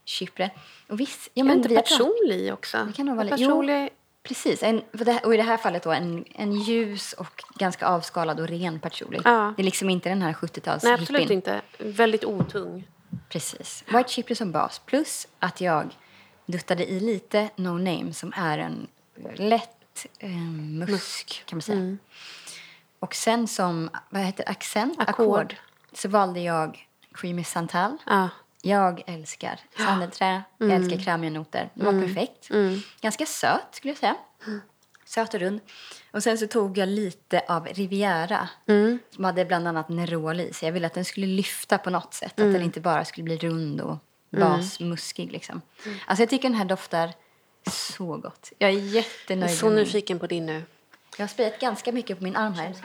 Chypre. Och visst, ja, Är men inte vi har patchouli också? Det kan nog vara patchouli. Precis, och i det här fallet då en ljus och ganska avskalad och ren patchouli. Ja. Det är liksom inte den här 70-tals Nej, absolut hippien. inte. Väldigt otung. Precis. White Chypre som bas. Plus att jag duttade i lite No Name som är en lätt musk kan man säga. Och sen som, vad heter ackord. Så valde jag Creamy Santal. Ja. Jag älskar sandelträ, jag älskar krämiga noter. Det var perfekt. Ganska söt skulle jag säga. Söt och rund. Och sen så tog jag lite av Riviera. Som hade bland annat Neroli i. Så jag ville att den skulle lyfta på något sätt. Att den inte bara skulle bli rund och basmuskig liksom. Alltså jag tycker den här doftar så gott. Jag är jättenöjd. Jag är så nyfiken på din nu. Jag har sprayat ganska mycket på min arm här.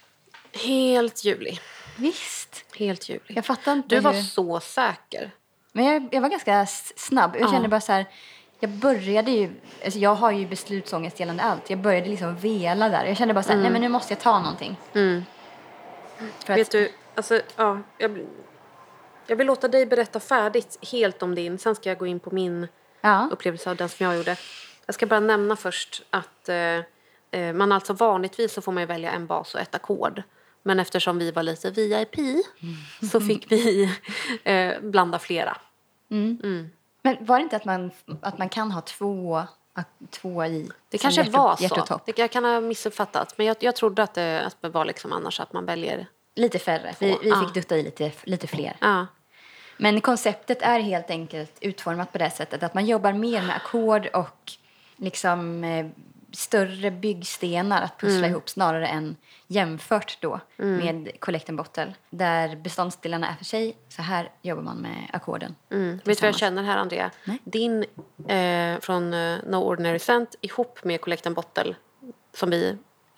Helt ljuvlig. Visst. Helt ljuvlig. Jag fattar inte Du var så säker. Men jag var ganska snabb. Jag kände bara så här... Jag började ju... Alltså jag har ju beslutsångest gällande allt. Jag började liksom vela där. Jag kände bara så här, nej men nu måste jag ta någonting. Vet du, alltså, ja, jag vill låta dig berätta färdigt helt om din. Sen ska jag gå in på min upplevelse av den som jag gjorde. Jag ska bara nämna först att man alltså vanligtvis så får man ju välja en bas och ett ackord. Men eftersom vi var lite VIP så fick vi blanda flera. Men var det inte att man kan ha två i? Det kanske var så. Jag kan ha missuppfattat. Men jag trodde att det var liksom annars att man väljer... Lite färre. Vi fick dutta i lite fler. Ja. Men konceptet är helt enkelt utformat på det sättet att man jobbar mer med ackord och liksom större byggstenar att pussla ihop snarare än jämfört då med Collect and Bottle. Där beståndsdelarna är för sig. Så här jobbar man med ackorden. Vet du vad jag känner här, Andrea? Nej. Din från No Ordinary Scent ihop med Collect and Bottle som vi...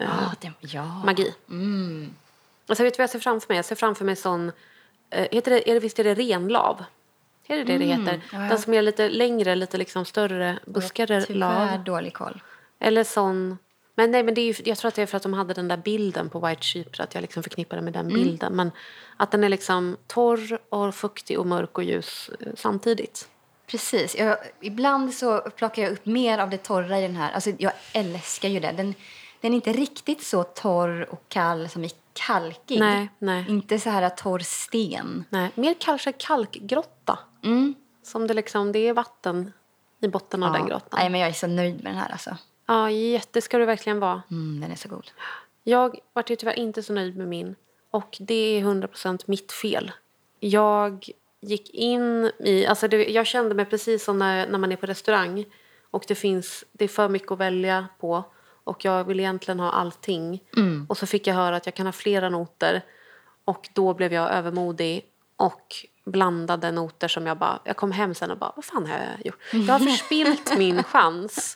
Magi. Och så vet du vad jag ser framför mig? Jag ser framför mig sån... Visst är det renlav? Är det det heter? Ja. Den som är lite längre, lite liksom större buskare lav. Tyvärr dålig koll. Eller sån... Men nej, men det är ju, jag tror att det är för att de hade den där bilden på White Chypre. Att jag liksom förknippar det med den bilden. Men att den är liksom torr och fuktig och mörk och ljus samtidigt. Precis. Ibland så plockar jag upp mer av det torra i den här. Alltså jag älskar ju det. Den är inte riktigt så torr och kall som i kalkig. Nej. Inte så här torr sten. Nej, mer kanske kalkgrotta. Som det liksom, det är vatten i botten av den grottan. Nej, men jag är så nöjd med den här alltså. Ja, det ska du verkligen vara. Den är så god. Jag var ju tyvärr inte så nöjd med min. Och det är 100% mitt fel. Jag gick in i... Alltså jag kände mig precis som när man är på restaurang. Och det är för mycket att välja på. Och jag vill egentligen ha allting. Och så fick jag höra att jag kan ha flera noter. Och då blev jag övermodig. Och blandade noter som jag kom hem sen och bara, vad fan har jag gjort? Jag har förspilt min chans.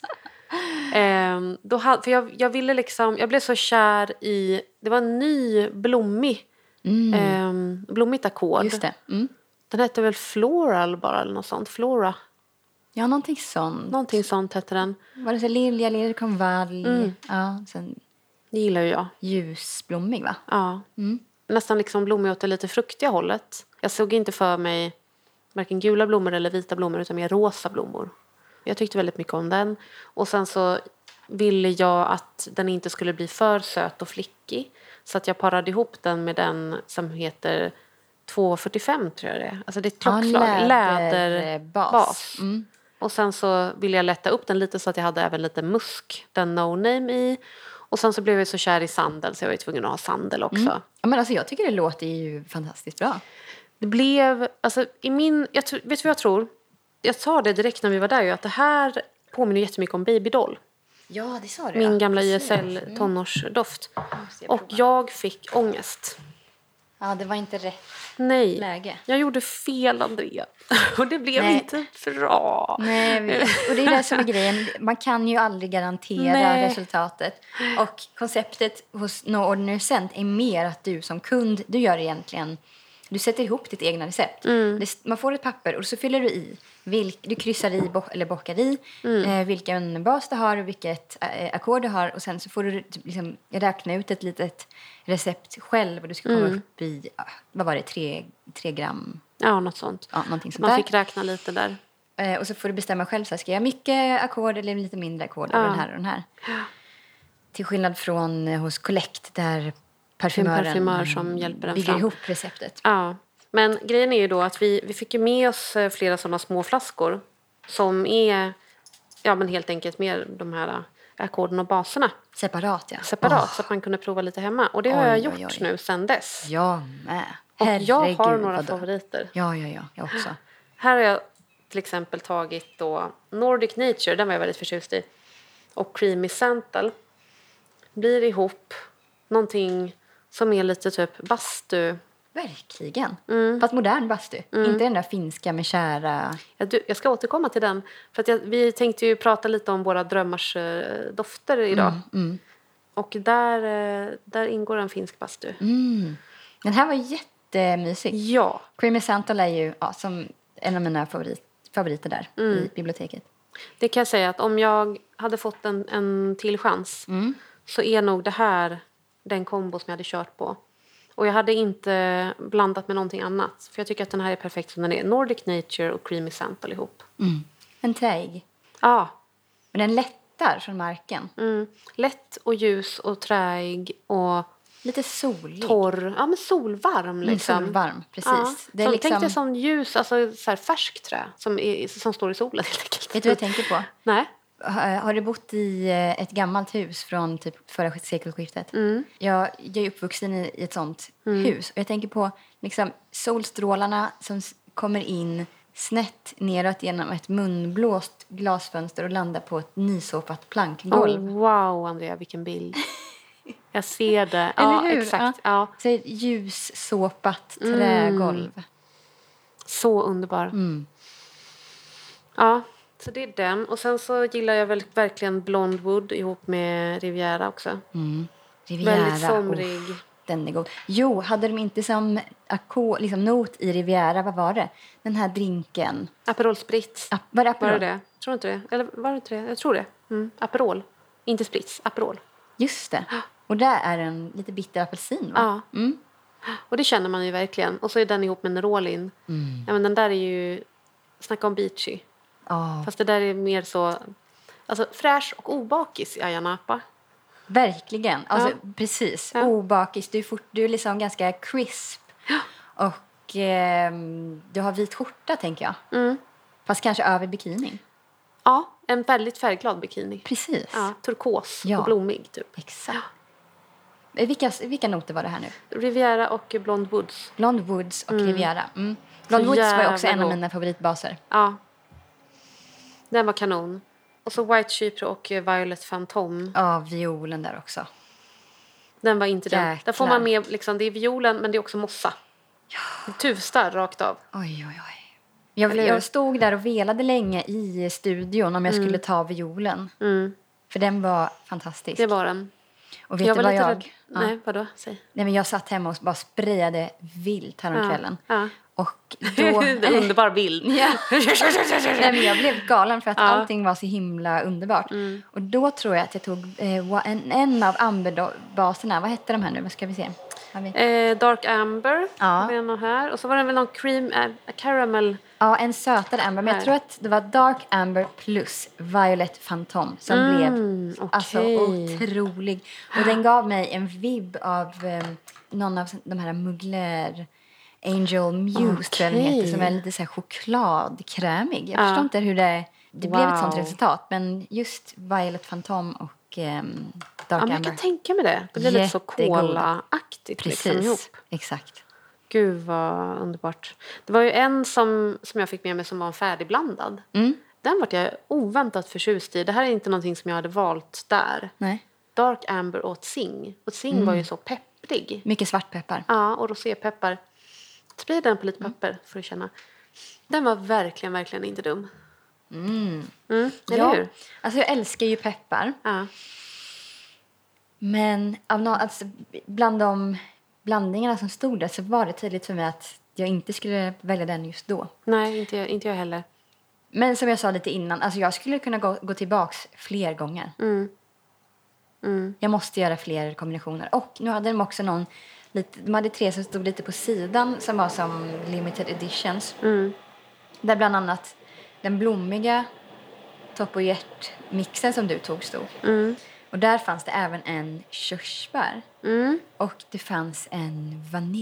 För jag ville liksom, jag blev så kär i, det var en ny blommigt ackord. Just det. Den hette väl Floral bara eller något sånt, Flora. Ja, någonting sånt. Någonting sånt hette den. Var det så liljekonvalj? Ja, sen Det gillar ju jag. Ljusblommig va? Ja. Nästan liksom blommig åt det lite fruktiga hållet. Jag såg inte för mig varken gula blommor eller vita blommor utan mer rosa blommor. Jag tyckte väldigt mycket om den. Och sen så ville jag att den inte skulle bli för söt och flickig. Så att jag parade ihop den med den som heter 245 tror jag det är. Alltså det är ett klockslag. Läderbas. Och sen så ville jag lätta upp den lite så att jag hade även lite musk. Den No Name i. Och sen så blev jag så kär i sandel så jag var tvungen att ha sandel också. Ja, men alltså jag tycker det låter ju fantastiskt bra. Det blev, alltså vet du vad jag tror? Jag sa det direkt när vi var där ju, att det här påminner jättemycket om Babydoll. Ja, det sa du. Min gamla YSL tonårsdoft. Och jag fick ångest. Ja, det var inte rätt Nej, läge. Jag gjorde fel, Andrea. Och det blev inte bra. Nej, och det är det som är grejen. Man kan ju aldrig garantera resultatet. Och konceptet hos No Ordinary Scent är mer att du som kund, du gör egentligen... Du sätter ihop ditt egna recept. Man får ett papper och så fyller du i. Du kryssar i eller bockar i vilken bas du har och vilket ackord du har. Och sen så får du liksom räkna ut ett litet recept själv. Och du ska komma upp i, vad var det, 3 gram? Ja, något sånt. Ja, någonting sånt Man där. fick räkna lite där. Och så får du bestämma själv. Så här, ska jag mycket ackord eller lite mindre ackord? Och den här och den här. Till skillnad från hos Collect där parfymör som hjälper en bygger fram. ihop receptet. Ja, men grejen är ju då att vi fick ju med oss flera sådana små flaskor som är men helt enkelt med de här ackorden och baserna. Separat, ja. Separat, så att man kunde prova lite hemma. Och det har jag gjort nu sedan dess. Jag med. Och jag har Herregud, några vadå? favoriter. Ja, jag också. Här har jag till exempel tagit då Nordic Nature, den var jag väldigt förtjust i. Och Creamy Santal. Blir ihop någonting som är lite typ bastu. Verkligen. Fast modern bastu. Inte den där finska med kära... Jag ska återkomma till den. För att vi tänkte ju prata lite om våra drömmars dofter idag. Och där ingår en finsk bastu. Den här var jättemysig. Ja. Creamy Santal är ju som en av mina favoriter där i biblioteket. Det kan jag säga att om jag hade fått en till chans så är nog det här den kombo som jag hade kört på. Och jag hade inte blandat med någonting annat. För jag tycker att den här är perfekt som den är. Nordic Nature och Creamy Santal ihop. En träig. Ja. Men den lättar från marken. Lätt och ljus och träig och lite solig. torr. Ja, men solvarm liksom. Solvarm, precis. Ja. Det är Tänk dig som ljus, alltså så här färskt trä som står i solen helt enkelt. Vet du vad jag tänker på? Nej. Har du bott i ett gammalt hus från typ förra sekelskiftet? Jag är uppvuxen i ett sånt hus. Och jag tänker på liksom, solstrålarna som kommer in snett neråt genom ett munblåst glasfönster och landar på ett nysåpat plankgolv. Wow, Andrea, vilken bild. Jag ser det. Eller hur? Exakt. Ja. Ja. Så ett ljussåpat trägolv. Så underbar. Ja, så det är den. Och sen så gillar jag verkligen Blonde Wood ihop med Riviera också. Riviera. Väldigt somrig. Den är god. Jo, hade de inte som liksom not i Riviera, vad var det? Den här drinken. Aperol Spritz. Var det Aperol? Var det det? Tror inte det? Eller var det inte det? Jag tror det. Aperol. Inte Spritz, Aperol. Just det. Och där är en lite bitter apelsin, va? Ja. Och det känner man ju verkligen. Och så är den ihop med Nerolin. Ja, men den där är ju... Snacka om beachy. Fast det där är mer så... Alltså fräsch och obakis i Ayia Napa. Verkligen. Alltså, precis. Ja. Obakis. Du är liksom ganska crisp. Och du har vit skjorta, tänker jag. Fast kanske över bikini. Ja, en väldigt färgglad bikini. Precis. Ja, turkos Ja. och blommig typ. Exakt. Vilka noter var det här nu? Riviera och Blonde Woods. Blonde Woods och Riviera. Blonde Woods var ju också en av mina favoritbaser. Ja. Den var kanon. Och så White Chypre och Violet Phantom. Ja, violen där också. Den var inte den. Jäklar. Där får man med, liksom, det är violen men det är också mossa. Ja. Tuvstar rakt av. Oj. Jag stod där och velade länge i studion om jag skulle ta violen. För den var fantastisk. Det var den. Och vet du vad jag... Nej, vadå? Säg. Nej, men jag satt hemma och bara sprayade vilt häromkvällen. Ja. Och då... En underbar bild. Ja. Nej, men jag blev galen för att allting var så himla underbart. Och då tror jag att jag tog en av amberbaserna. Vad hette de här nu? Vad ska vi se? Dark Amber. Ja. Var här. Och så var det väl någon caramel. Ja, en sötare amber. Men jag tror att det var Dark Amber plus Violet Phantom som blev alltså otrolig. Och den gav mig en vibb av någon av de här Mugler Angel Muse tror jag den heter, som är lite så här chokladkrämig. Jag förstår inte hur det blev ett sånt resultat. Men just Violet Phantom och Dark Amber. Jag kan tänka mig det. Det blir lite så cola-aktigt liksom ihop. Exakt. Gud vad underbart. Det var ju en som jag fick med mig som var en färdigblandad. Den var jag oväntat förtjust i. Det här är inte någonting som jag hade valt där. Nej. Dark Amber och Tsing. Och Tsing var ju så pepprig. Mycket svartpeppar. Ja, och rosépeppar. Sprid den på lite papper för att känna. Den var verkligen, verkligen inte dum. Eller hur? Alltså jag älskar ju peppar. Ja. Men alltså, bland de blandningarna som stod där så var det tydligt för mig att jag inte skulle välja den just då. Nej, inte jag heller. Men som jag sa lite innan, alltså jag skulle kunna gå tillbaks fler gånger. Jag måste göra fler kombinationer. Och nu hade de också de hade 3 som stod lite på sidan som var som limited editions. Där bland annat den blommiga topp- och hjärt-mixen som du tog stod. Och där fanns det även en körsbär. Och det fanns en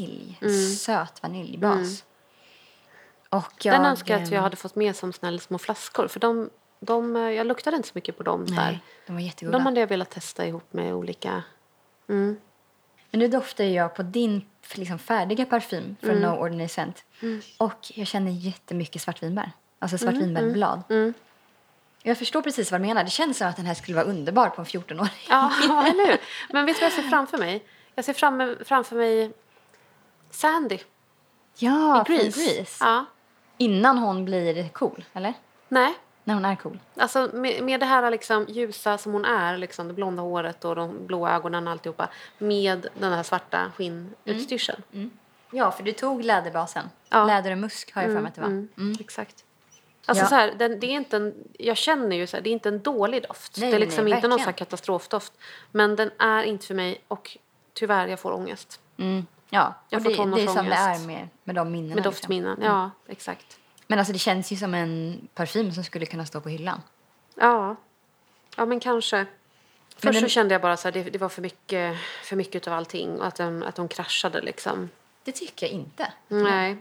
söt vaniljbas. Och Den önskar jag att jag hade fått med som såna små flaskor. För jag luktade inte så mycket på dem. Nej, de var jättegoda. De hade jag velat testa ihop med olika... Men nu doftar jag på din liksom färdiga parfym från No Ordinary Scent. Och jag känner jättemycket svartvinbär. Alltså svartvinbärblad. Jag förstår precis vad du menar. Det känns som att den här skulle vara underbar på en 14-åring. Ja, eller hur? Men vet du vad jag ser framför mig? Jag ser framför mig Sandy. Ja, i Grease. Ja. Innan hon blir cool, eller? Nej. När hon är cool. Alltså med det här liksom ljusa som hon är, liksom det blonda håret och de blå ögonen och alltihopa, med den här svarta skinnutstyrseln. Ja, för du tog läderbasen. Ja. Läder och musk har jag för mig att det var. Exakt. Alltså Ja. så här, det är inte jag känner ju så här, det är inte en dålig doft. Nej, det är liksom nej, inte någon så här verkligen. katastrofdoft. Men den är inte för mig och tyvärr jag får ångest. Ja, Jag och får det är som det tonårsångest. är med de minnena. Med doftminnen, ja exakt. Men alltså det känns ju som en parfym som skulle kunna stå på hyllan. Ja men kanske. Först den- så kände jag bara så här, det var för mycket av allting. Och att de kraschade liksom. Det tycker jag inte. Nej.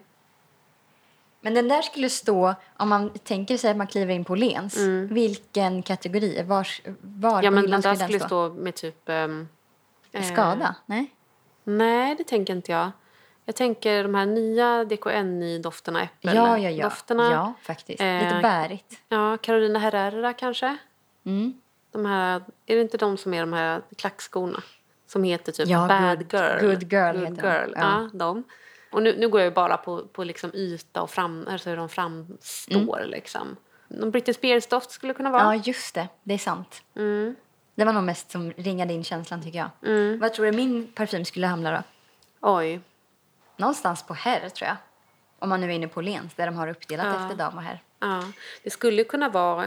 Men den där skulle stå, om man tänker sig att man kliver in på Lens, vilken kategori? Var Ja på men hyllan den där skulle skulle den stå med typ... Skada? Nej? Nej, det tänker inte jag. Jag tänker de här nya DKNY-dofterna, äppel. Ja. Dofterna. Ja, faktiskt. Lite bärigt. Ja, Carolina Herrera kanske. Mm. De här, är det inte de som är de här klackskorna? Som heter typ Ja, Bad Girl. Good Girl heter de. Girl. Ja, de. Och nu går jag ju bara på liksom yta och alltså hur de framstår liksom. Någon Britney Spears-doft skulle kunna vara. Ja, just det. Det är sant. Det var nog mest som ringade in känslan, tycker jag. Vad tror du min parfym skulle hamna då? Oj. Någonstans på herr, tror jag. Om man nu är inne på Lens, där de har uppdelat efter dam och herr. Ja, det skulle kunna vara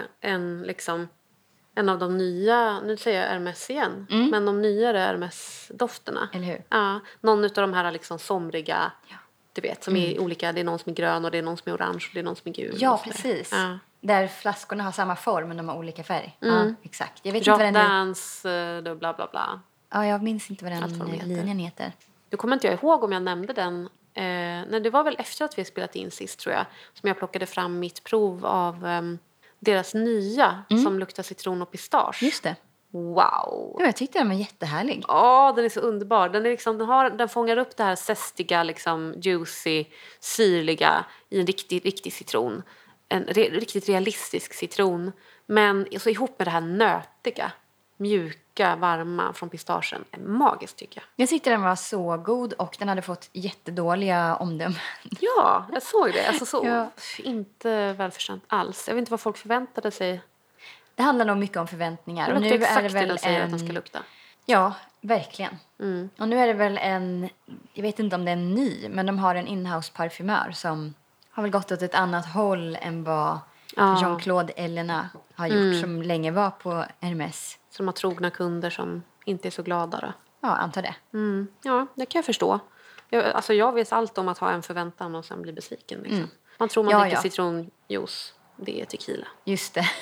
en av de nya, nu säger jag Hermes igen, men de nyare Hermes-dofterna. Eller hur? Ja, någon av de här liksom somriga, du vet, som är olika. Det är någon som är grön och det är någon som är orange och det är någon som är gul. Ja, och så där. precis. Ja. Där flaskorna har samma form, men de har olika färg. Ja, exakt. Jag vet inte vad Drop den Dance, bla bla bla. Ja, jag minns inte vad Allt vad de den heter. linjen heter. Nu kommer inte jag ihåg om jag nämnde den. Nej, det var väl efter att vi spelat in sist, tror jag. Som jag plockade fram mitt prov av deras nya som luktar citron och pistage. Just det. Wow! Ja, jag tyckte den var jättehärlig. Ja, den är så underbar. Den är liksom, den fångar upp det här zestiga, liksom, juicy, syrliga i en riktig citron. En riktigt realistisk citron. Men så ihop med det här nötiga, mjuka, varma från pistagen. Är magiskt, tycker jag. Jag tyckte den var så god och den hade fått jättedåliga omdömen. Ja, jag såg det. Alltså så Ja. inte välförtjänt alls. Jag vet inte vad folk förväntade sig. Det handlar nog mycket om förväntningar. Det Och luktar nu är exakt det det väl den säger att den ska lukta. Ja, verkligen. Och nu är det väl jag vet inte om det är en ny, men de har en inhouse-parfymör som har väl gått åt ett annat håll än vad Jean-Claude Elena har gjort, som länge var på Hermes. Så de har trogna kunder som inte är så glada då. Ja, antar det. Ja, det kan jag förstå. Jag vet allt om att ha en förväntan och sen bli besviken. Liksom. Man tror man Ja, dricker ja. citronjuice. Det är tequila. Just det.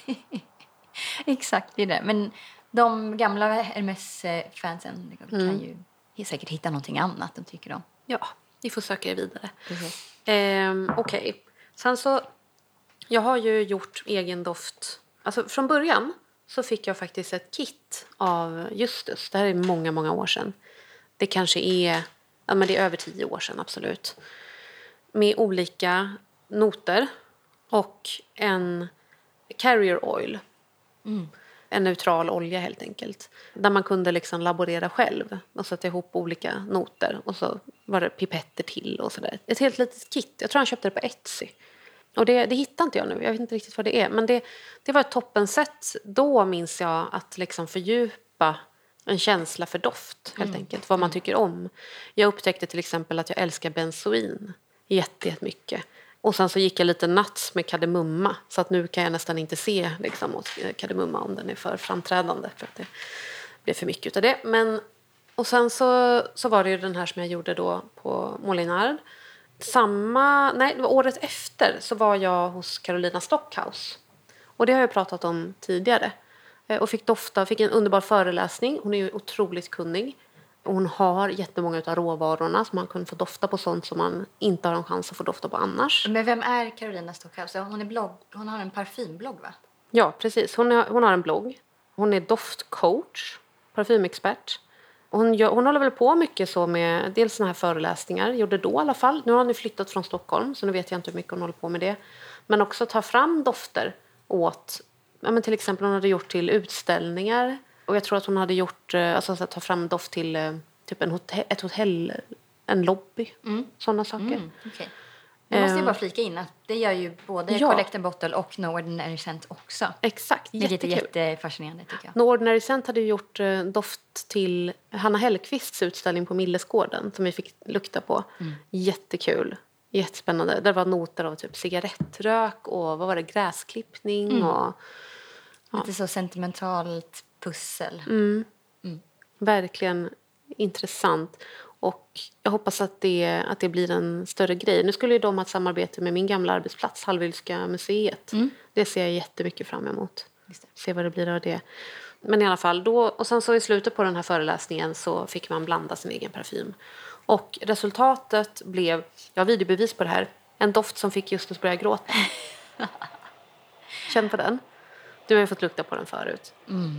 Exakt, det är det. Men de gamla Hermes-fansen kan ju säkert hitta någonting annat de tycker om. Ja, vi får söka er vidare. Precis. Okej. Sen så, jag har ju gjort egen doft. Alltså från början så fick jag faktiskt ett kit av Justus. Det här är många, många år sedan. Det kanske är, ja men det är över 10 år sedan, absolut. Med olika noter och en carrier oil. En neutral olja helt enkelt. Där man kunde liksom laborera själv och sätta ihop olika noter. Och så var det pipetter till och sådär. Ett helt litet kit. Jag tror han köpte det på Etsy. Och det hittar inte jag nu. Jag vet inte riktigt vad det är. Men det var ett toppensätt. Då minns jag att liksom fördjupa en känsla för doft helt enkelt. Vad man tycker om. Jag upptäckte till exempel att jag älskar benzoin jättemycket. Och sen så gick jag lite nuts med kardemumma. Så att nu kan jag nästan inte se liksom, åt kardemumma om den är för framträdande. För att det blir för mycket av det. Men, och sen så var det ju den här som jag gjorde då på Molinard. det var året efter så var jag hos Carolina Stockhaus. Och det har jag pratat om tidigare. Och fick en underbar föreläsning. Hon är ju otroligt kunnig. Och hon har jättemånga av råvarorna som man kan få dofta på sånt som man inte har en chans att få dofta på annars. Men vem är Carolina Stockhaus? Hon har en parfymblogg, va? Ja, precis. Hon har en blogg. Hon är doftcoach, parfymexpert. Och hon håller väl på mycket så med dels såna här föreläsningar, gjorde då i alla fall. Nu har hon flyttat från Stockholm, så nu vet jag inte hur mycket hon håller på med det. Men också ta fram dofter åt, till exempel hon hade gjort till utställningar. Och jag tror att hon hade gjort, ta fram doft till typ ett hotell, en lobby, sådana saker. Okay. Nu måste jag bara flika in att det gör ju både Collect & Bottle och No Ordinary Scent också. Exakt, jättekul. Vilket är jättefascinerande tycker jag. No Ordinary Scent hade ju gjort doft till Hanna Hellqvists utställning på Millesgården som vi fick lukta på. Jättekul, jättespännande. Där var noter av typ cigarettrök och gräsklippning och... Ja. Lite så sentimentalt pussel. Verkligen intressant. Och jag hoppas att det blir en större grej. Nu skulle ju de ha ett samarbete med min gamla arbetsplats, Hallwylska museet. Det ser jag jättemycket fram emot. Se vad det blir av det. Men i alla fall, och sen så i slutet på den här föreläsningen så fick man blanda sin egen parfym. Och resultatet blev, jag har videobevis på det här, en doft som fick Justus börja gråta. Känn på den. Du har ju fått lukta på den förut.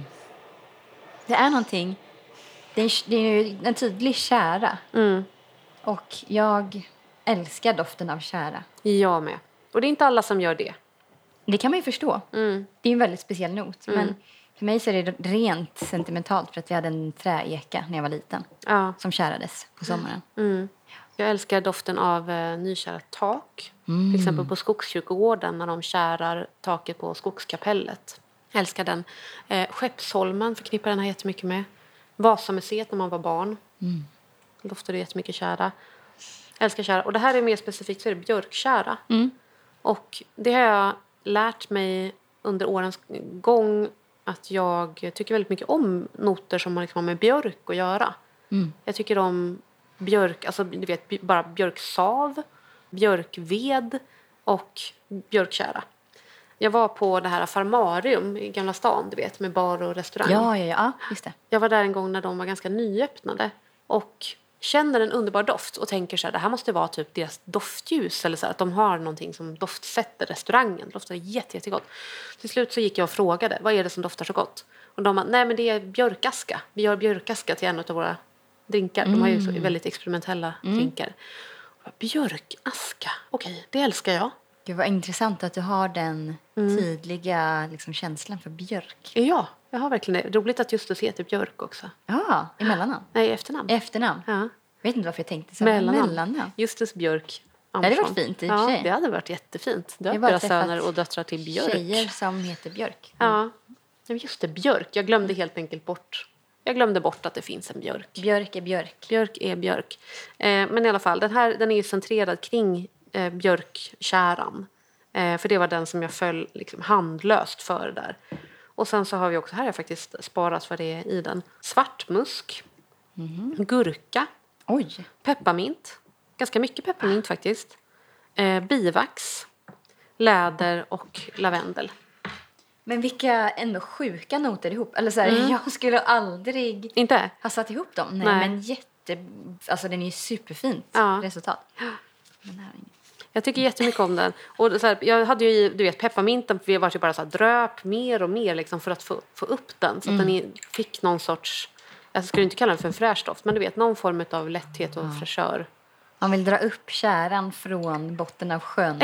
Det är någonting. Det är ju en tydlig kära. Och jag älskar doften av kära. Jag med. Och det är inte alla som gör det. Det kan man ju förstå. Det är en väldigt speciell not. Men för mig så är det rent sentimentalt för att vi hade en träeka när jag var liten. Ja. Som kärades på sommaren. Jag älskar doften av nykärat tak. Till exempel på Skogskyrkogården när de kärar taket på Skogskapellet. Jag älskar den. Skeppsholmen förknippar den här jättemycket med. Vasamuseet när man var barn. Doftade jättemycket kära. Jag älskar kära. Och det här är mer specifikt så är det björkkära. Och det har jag lärt mig under årens gång att jag tycker väldigt mycket om noter som har med björk att göra. Jag tycker om björk, alltså du vet bara björksav, björkved och björkkära. Jag var på det här Farmarium i Gamla stan, du vet, med bar och restaurang. Ja, just det. Jag var där en gång när de var ganska nyöppnade och känner en underbar doft och tänker så här, det här måste vara typ deras doftljus eller så här, att de har någonting som doftsätter restaurangen. Det doftar jättegott. Till slut så gick jag och frågade, vad är det som doftar så gott? Och de sa, nej men det är björkaska. Vi gör björkaska till en av våra drinkar. De har ju så väldigt experimentella drinkar. Björkaska, okej, det älskar jag. Det var intressant att du har den tydliga känslan för björk. Ja, jag har verkligen det. Roligt att Justus heter Björk också. Ja, i mellannamn. Nej, efternamn. Efternamn. Ja. Jag vet inte varför jag tänkte så. Mellannamn. Justus Björk Andersson. Det hade varit fint i och för sig. Ja, det hade varit jättefint. Döp deras söner och döttrar till Björk. Tjejer som heter Björk. Ja, just det, Björk. Jag glömde helt enkelt bort. Jag glömde bort att det finns en björk. Björk är björk. Björk är björk. Men i alla fall, den är ju centrerad kring björkkäran. För det var den som jag föll handlöst för där. Och sen så har vi också, här har jag faktiskt sparat vad det är i den. Svartmusk, gurka, pepparmint. Ganska mycket pepparmint faktiskt. Bivax, läder och lavendel. Men vilka ändå sjuka noter ihop. Eller så här, jag skulle aldrig ha satt ihop dem. Nej. Men alltså den är ju superfint resultat. Men här jag tycker jättemycket om den. Och så här, jag hade ju, du vet, pepparminten, vi var ju bara så här, dröp mer och mer för att få upp den. Så att den fick någon sorts, jag skulle inte kalla den för en fräsch doft, men du vet, någon form av lätthet och fräschör. Man vill dra upp käran från botten av sjön.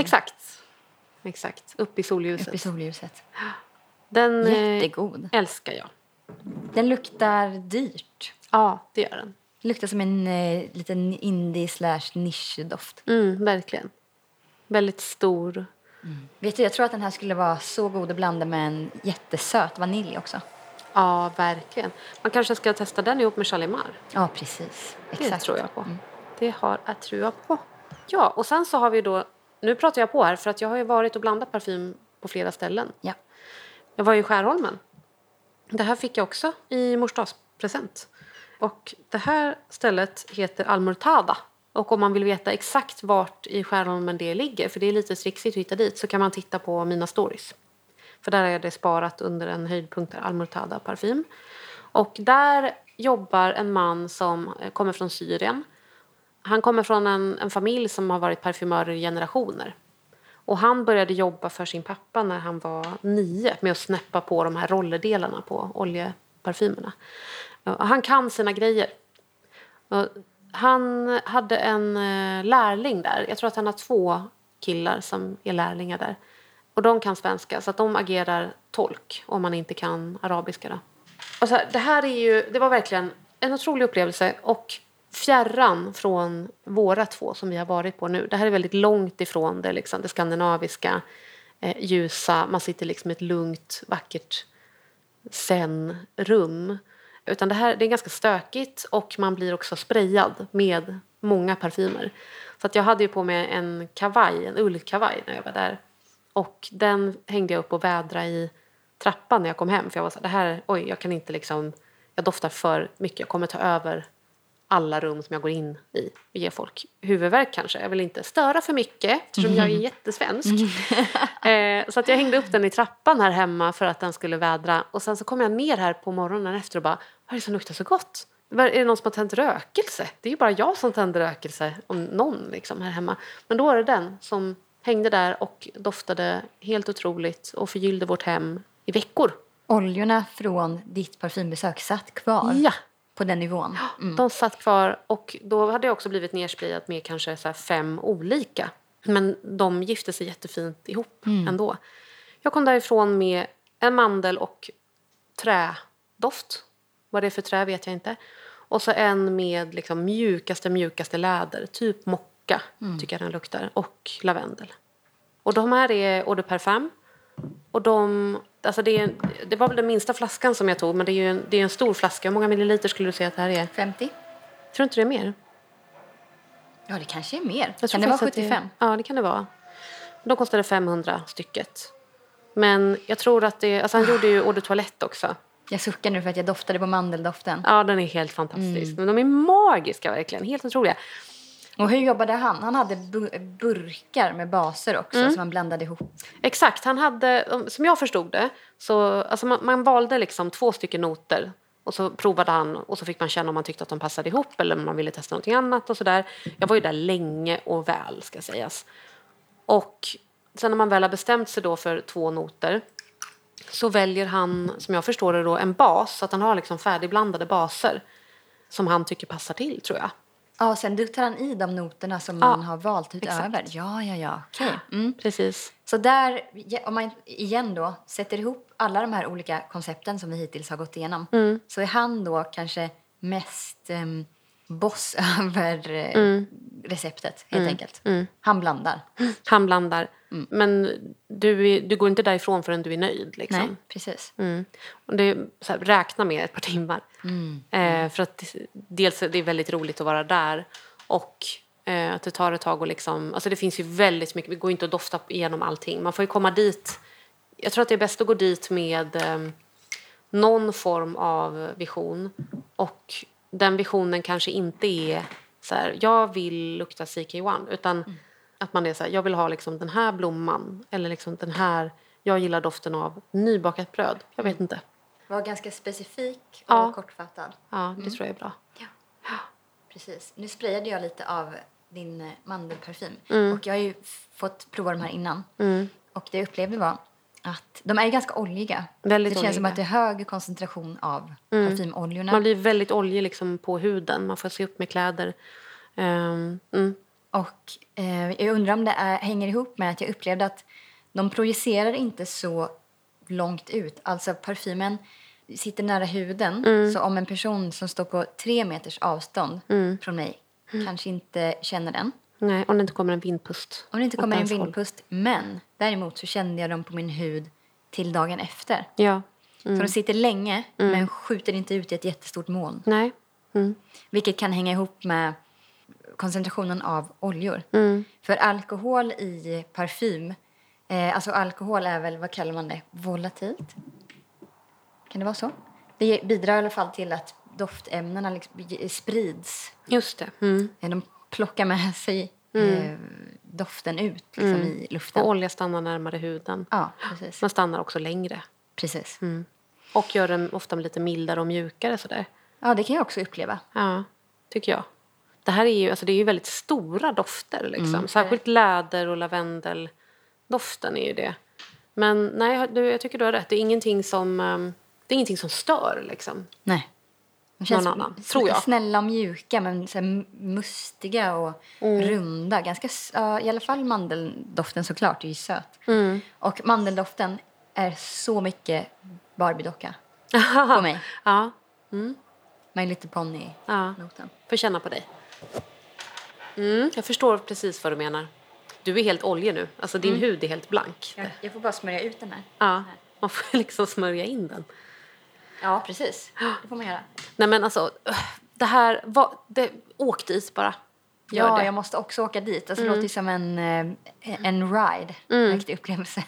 Exakt. Upp i solljuset. Upp i solljuset. Den jättegod. Älskar jag. Den luktar dyrt. Ja, det gör den. Luktar som en liten indie/nischdoft. Verkligen. Väldigt stor. Vet du, jag tror att den här skulle vara så god att blanda med en jättesöt vanilj också. Ja, verkligen. Man kanske ska testa den ihop med Shalimar. Ja, precis. Exakt. Det tror jag på. Det tror jag på. Ja, och sen så har vi då, nu pratar jag på här för att jag har ju varit och blandat parfym på flera ställen. Ja. Jag var i Skärholmen. Det här fick jag också i morsdagspresent. Och det här stället heter Almurtada. Och om man vill veta exakt vart i Skärholmen det ligger, för det är lite trixigt att hitta dit, så kan man titta på mina stories. För där är det sparat under en höjdpunkt där, Almurtada parfym. Och där jobbar en man som kommer från Syrien. Han kommer från en familj som har varit parfymörer i generationer. Och han började jobba för sin pappa när han var 9 med att snäppa på de här rollerdelarna på oljeparfymerna. Och han kan sina grejer. Och han hade en lärling där. Jag tror att han har 2 killar som är lärlingar där. Och de kan svenska, så att de agerar tolk om man inte kan arabiska. Då. Och så här, det var verkligen en otrolig upplevelse och fjärran från våra 2 som vi har varit på nu. Det här är väldigt långt ifrån det, liksom, det skandinaviska, ljusa. Man sitter liksom i ett lugnt, vackert zen-rum. Utan det är ganska stökigt och man blir också sprayad med många parfymer. Så att jag hade ju på mig en ullkavaj när jag var där. Och den hängde jag upp och vädra i trappan när jag kom hem. För jag var så här, jag kan inte liksom, jag doftar för mycket. Jag kommer ta över alla rum som jag går in i och ge folk huvudvärk kanske. Jag vill inte störa för mycket eftersom jag är jättesvensk. Så att jag hängde upp den i trappan här hemma för att den skulle vädra. Och sen så kom jag ner här på morgonen efter och bara, vad är det som luktar så gott? Är det någon som har tänt rökelse? Det är ju bara jag som tänder rökelse, om någon liksom här hemma. Men då är det den som hängde där och doftade helt otroligt och förgyllde vårt hem i veckor. Oljorna från ditt parfymbesök satt kvar? Ja. På den nivån? Mm. De satt kvar och då hade jag också blivit nersprayad med kanske så här 5 olika. Men de gifte sig jättefint ihop ändå. Jag kom därifrån med en mandel- och trädoft. Vad det är för trä vet jag inte. Och så en med liksom mjukaste läder. Typ mocka tycker jag den luktar. Och lavendel. Och de här är eau de parfum. Och alltså det var väl den minsta flaskan som jag tog. Men det är en stor flaska. Hur många milliliter skulle du säga att det här är? 50. Tror inte det är mer? Ja, det kanske är mer. Kan det vara 75? Ja, det kan det vara. De kostade 500 stycket. Men jag tror att han gjorde ju eau de toilette också. Jag suckar nu för att jag doftade på mandeldoften. Ja, den är helt fantastisk. Men de är magiska verkligen. Helt otroliga. Och hur jobbade han? Han hade burkar med baser också som man blandade ihop. Exakt. Han hade, som jag förstod det, så alltså man valde liksom 2 stycken noter. Och så provade han och så fick man känna om man tyckte att de passade ihop eller om man ville testa någonting annat och sådär. Jag var ju där länge och väl, ska sägas. Och sen när man väl har bestämt sig då för 2 noter så väljer han, som jag förstår det då, en bas. Så att han har liksom färdigblandade baser som han tycker passar till, tror jag. Ja, sen duttar han i de noterna som man har valt utöver. Ja. Okej. Precis. Så där, om man igen då sätter ihop alla de här olika koncepten som vi hittills har gått igenom. Så är han då kanske mest boss över receptet, helt enkelt. Han blandar. Men du går inte därifrån förrän du är nöjd. Liksom. Nej, precis. Och det är så här, räkna med ett par timmar. För att dels det är väldigt roligt att vara där. Och att det tar ett tag och liksom... Alltså det finns ju väldigt mycket. Vi går inte att dofta igenom allting. Man får ju komma dit. Jag tror att det är bäst att gå dit med någon form av vision. Och den visionen kanske inte är så här, jag vill lukta CK1. Utan att man är så här, jag vill ha liksom den här blomman. Eller liksom den här, jag gillar doften av nybakat bröd. Jag vet inte. Var ganska specifik och kortfattad. Ja, det tror jag är bra. Ja, precis. Nu sprayade jag lite av din mandelparfym. Och jag har ju fått prova de här innan. Och det jag upplevde var att de är ganska oljiga. Väldigt det känns som att det är hög koncentration av parfymoljorna. Man blir väldigt oljig liksom på huden. Man får se upp med kläder. Och jag undrar om det hänger ihop med att jag upplevde att de projicerar inte så långt ut. Alltså parfymen sitter nära huden. Så om en person som står på 3 meters avstånd från mig kanske inte känner den. Nej, om det inte kommer en vindpust. Om det inte kommer en vindpust. Men däremot så kände jag dem på min hud till dagen efter. Ja. Så de sitter länge men skjuter inte ut i ett jättestort moln. Nej. Vilket kan hänga ihop med koncentrationen av oljor. För alkohol i parfym, alltså alkohol är väl, vad kallar man det? Volatilt? Kan det vara så? Det bidrar i alla fall till att doftämnena liksom sprids. Just det. De plocka med sig doften ut liksom, i luften. Och olja stannar närmare huden. Ja, precis. Man stannar också längre. Precis. Och gör den ofta lite mildare och mjukare sådär. Ja, det kan jag också uppleva. Ja, tycker jag. Det här är ju, alltså det är ju väldigt stora dofter liksom. Särskilt läder och lavendeldoften är ju det. Men nej, jag tycker du har rätt. Det är ingenting som stör liksom. Nej. De känns Någon annan, tror jag. Snälla och mjuka, men så här mustiga och runda. Ganska, i alla fall mandeldoften såklart, det är ju söt. Och mandeldoften är så mycket Barbie-docka på mig. Ja. My Little Pony-noten. Får känna på dig. Jag förstår precis vad du menar. Du är helt oljig nu. Alltså din hud är helt blank. Jag får bara smörja ut den här. Ja, man får liksom smörja in den. Ja, precis. Det får man göra. Nej men alltså, åk dit bara. Gör det. Jag måste också åka dit. Alltså, det låter ju som en ride. En riktig upplevelse.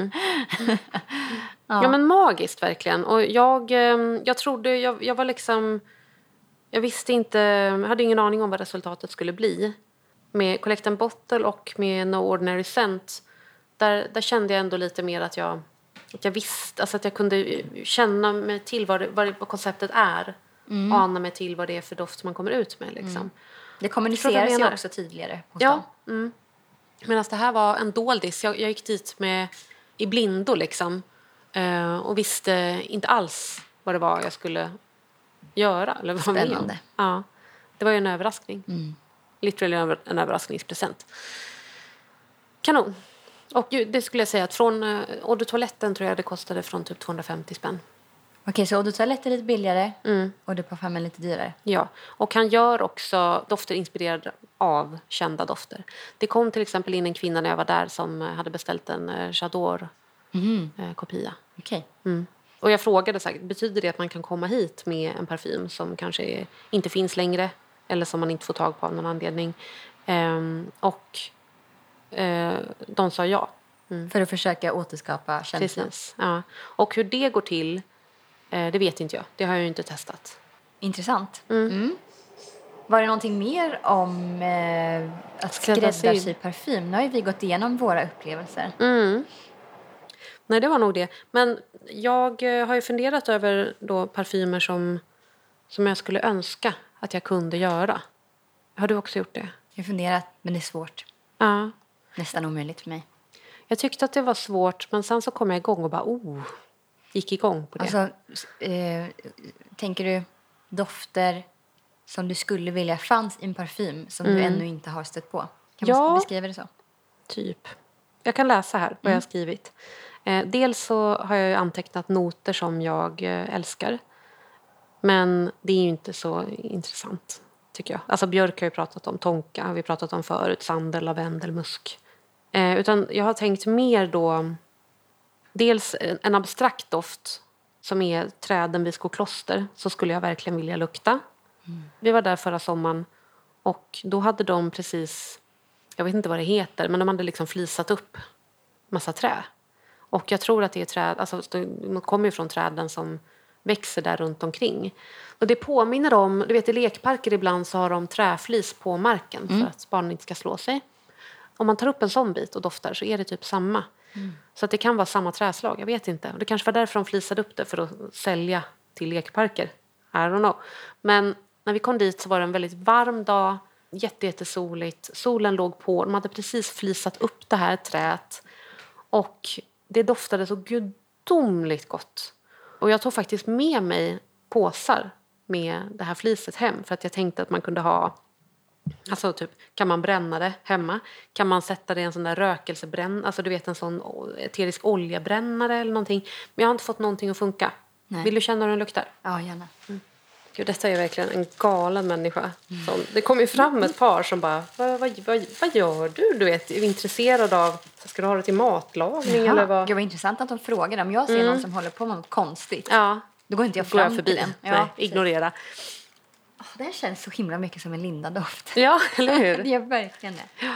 Ja men magiskt verkligen. Och jag trodde, jag var liksom, jag visste inte, jag hade ingen aning om vad resultatet skulle bli. Med Collect and Bottle och med No Ordinary Scent, där kände jag ändå lite mer att jag visste, alltså att jag kunde känna mig till vad konceptet är. Ana mig till vad det är för doft man kommer ut med liksom. Det kommuniceras ju också tydligare hos dem. Medan det här var en doldis. Jag gick dit i blindo liksom. Och visste inte alls vad det var jag skulle göra. Eller vad Spännande. Ja, det var ju en överraskning. Literally en överraskningspresent. Kanon. Och det skulle jag säga att från Eau de Toiletten tror jag det kostade från typ 250 spänn. Okej, så Eau de Toilette är lite billigare och de Parfum är lite dyrare. Ja, och han gör också dofter inspirerade av kända dofter. Det kom till exempel in en kvinna när jag var där som hade beställt en J'adore-kopia. Okej. Och jag frågade så här, betyder det att man kan komma hit med en parfym som kanske inte finns längre eller som man inte får tag på av någon anledning? De sa ja. För att försöka återskapa känslan. Precis, ja. Och hur det går till, det vet inte jag. Det har jag ju inte testat. Intressant. Var det någonting mer om att skräddarsy parfym? Nu har ju vi gått igenom våra upplevelser. Nej, det var nog det. Men jag har ju funderat över då parfymer som jag skulle önska att jag kunde göra. Har du också gjort det? Jag har funderat, men det är svårt. Ja. Nästan omöjligt för mig. Jag tyckte att det var svårt, men sen så kom jag igång och bara gick igång på det. Alltså, tänker du dofter som du skulle vilja fanns i en parfym som du ännu inte har stött på? Kan man beskriva det så? Typ. Jag kan läsa här vad jag har skrivit. Dels så har jag ju antecknat noter som jag älskar. Men det är ju inte så intressant, tycker jag. Alltså björk har ju pratat om, tonka har vi pratat om förut, sandel, lavendel, musk. Utan jag har tänkt mer då, dels en abstrakt doft som är träden vid Skokloster, så skulle jag verkligen vilja lukta. Vi var där förra sommaren och då hade de precis, jag vet inte vad det heter, men de hade liksom flisat upp massa trä. Och jag tror att det är träd, alltså de kommer ju från träden som växer där runt omkring. Och det påminner om, du vet i lekparker ibland så har de träflis på marken för att barnen inte ska slå sig. Om man tar upp en sån bit och doftar så är det typ samma. Så att det kan vara samma träslag, jag vet inte. Och det kanske var därför de flisade upp det, för att sälja till lekparker. I don't know. Men när vi kom dit så var det en väldigt varm dag, jättesoligt. Solen låg på, de hade precis flisat upp det här träet. Och det doftade så gudomligt gott. Och jag tog faktiskt med mig påsar med det här fliset hem. För att jag tänkte att man kunde ha, alltså typ, kan man bränna det hemma? Kan man sätta det i en sån där rökelsebrännare? Alltså du vet en sån eterisk oljebrännare eller någonting. Men jag har inte fått någonting att funka. Nej. Vill du känna hur den luktar? Ja, gärna. Gud, detta är verkligen en galen människa. Det kom ju fram ett par som bara, vad gör du? Du vet, är intresserad av, ska du ha det till matlagning? Eller vad? Gud, vad intressant att de frågar. Om jag ser någon som håller på med något konstigt, då går inte jag fram förbi den. Nej, ignorera. Det här känns så himla mycket som en Linda-doft. Ja, eller hur? Det gör verkligen det.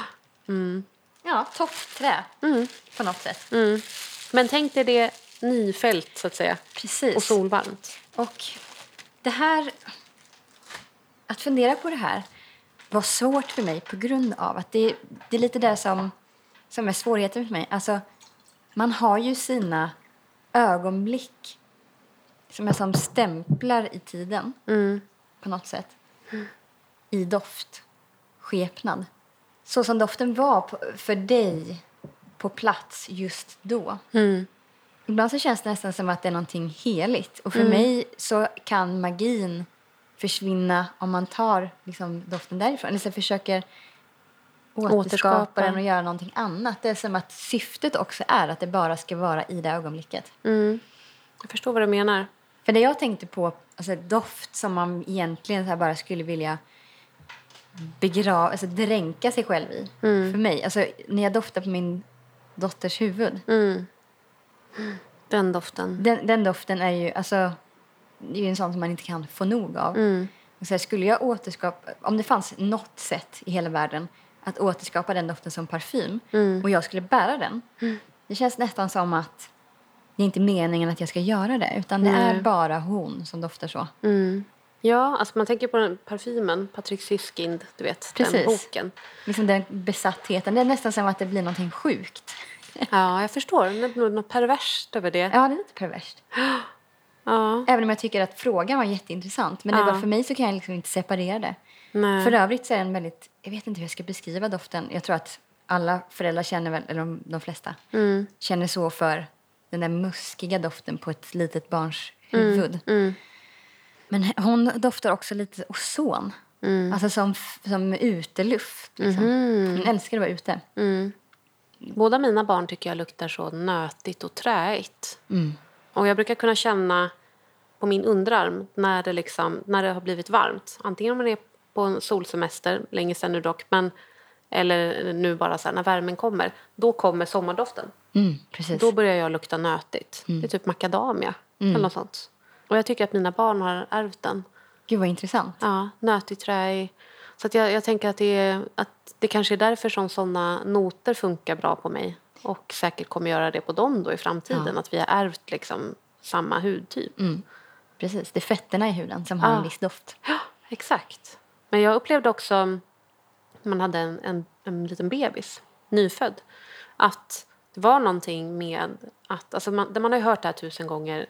Ja, toppträ på något sätt. Men tänk dig det nyfällt så att säga. Precis. Och solvarmt. Och det här, att fundera på det här, var svårt för mig på grund av att det är lite det som är svårigheten för mig. Alltså, man har ju sina ögonblick som är som stämplar i tiden på något sätt. I doftskepnad. Så som doften var för dig på plats just då. Ibland så känns det nästan som att det är någonting heligt. Och för mig så kan magin försvinna om man tar liksom doften därifrån. Eller så försöker återskapa den och göra någonting annat. Det är som att syftet också är att det bara ska vara i det ögonblicket. Jag förstår vad du menar. För det jag tänkte på, alltså doft som man egentligen så här bara skulle vilja alltså dränka sig själv i. För mig, alltså när jag doftar på min dotters huvud. Den doften. Den doften är ju, alltså, det är ju en sån som man inte kan få nog av. Och så här, skulle jag återskapa, om det fanns något sätt i hela världen att återskapa den doften som parfym och jag skulle bära den. Det känns nästan som att det är inte meningen att jag ska göra det, utan det är bara hon som doftar så. Ja, alltså man tänker på den parfymen, Patrick Süskind, du vet, Precis. den boken. Liksom den besattheten, det är nästan som att det blir någonting sjukt. Ja, jag förstår. Det är något perverst över det. Ja, det är lite perverst. Ja. Även om jag tycker att frågan var jätteintressant. Men det var för mig så kan jag liksom inte separera det. Nej. För övrigt så är den väldigt, jag vet inte hur jag ska beskriva doften. Jag tror att alla föräldrar känner väl, eller de flesta, känner så för den där muskiga doften på ett litet barns huvud. Men hon doftar också lite ozon. Alltså som uteluft. Liksom. Hon älskar att vara ute. Båda mina barn tycker jag luktar så nötigt och träigt. Och jag brukar kunna känna på min underarm när det har blivit varmt. Antingen om man är på en solsemester, länge sedan nu dock, eller nu bara så här, när värmen kommer. Då kommer sommardoften. Precis. Då börjar jag lukta nötigt. Det är typ macadamia eller något sånt. Och jag tycker att mina barn har ärvt den. Gud vad intressant. Ja, nötig, träig. Så att jag tänker att det kanske är därför som sådana noter funkar bra på mig. Och säkert kommer göra det på dem då i framtiden. Att vi har ärvt liksom samma hudtyp. Precis, det är fetterna i huden som har en viss doft. Ja, exakt. Men jag upplevde också när man hade en liten bebis, nyfödd, att det var någonting med att, alltså man har ju hört det här 1000 gånger,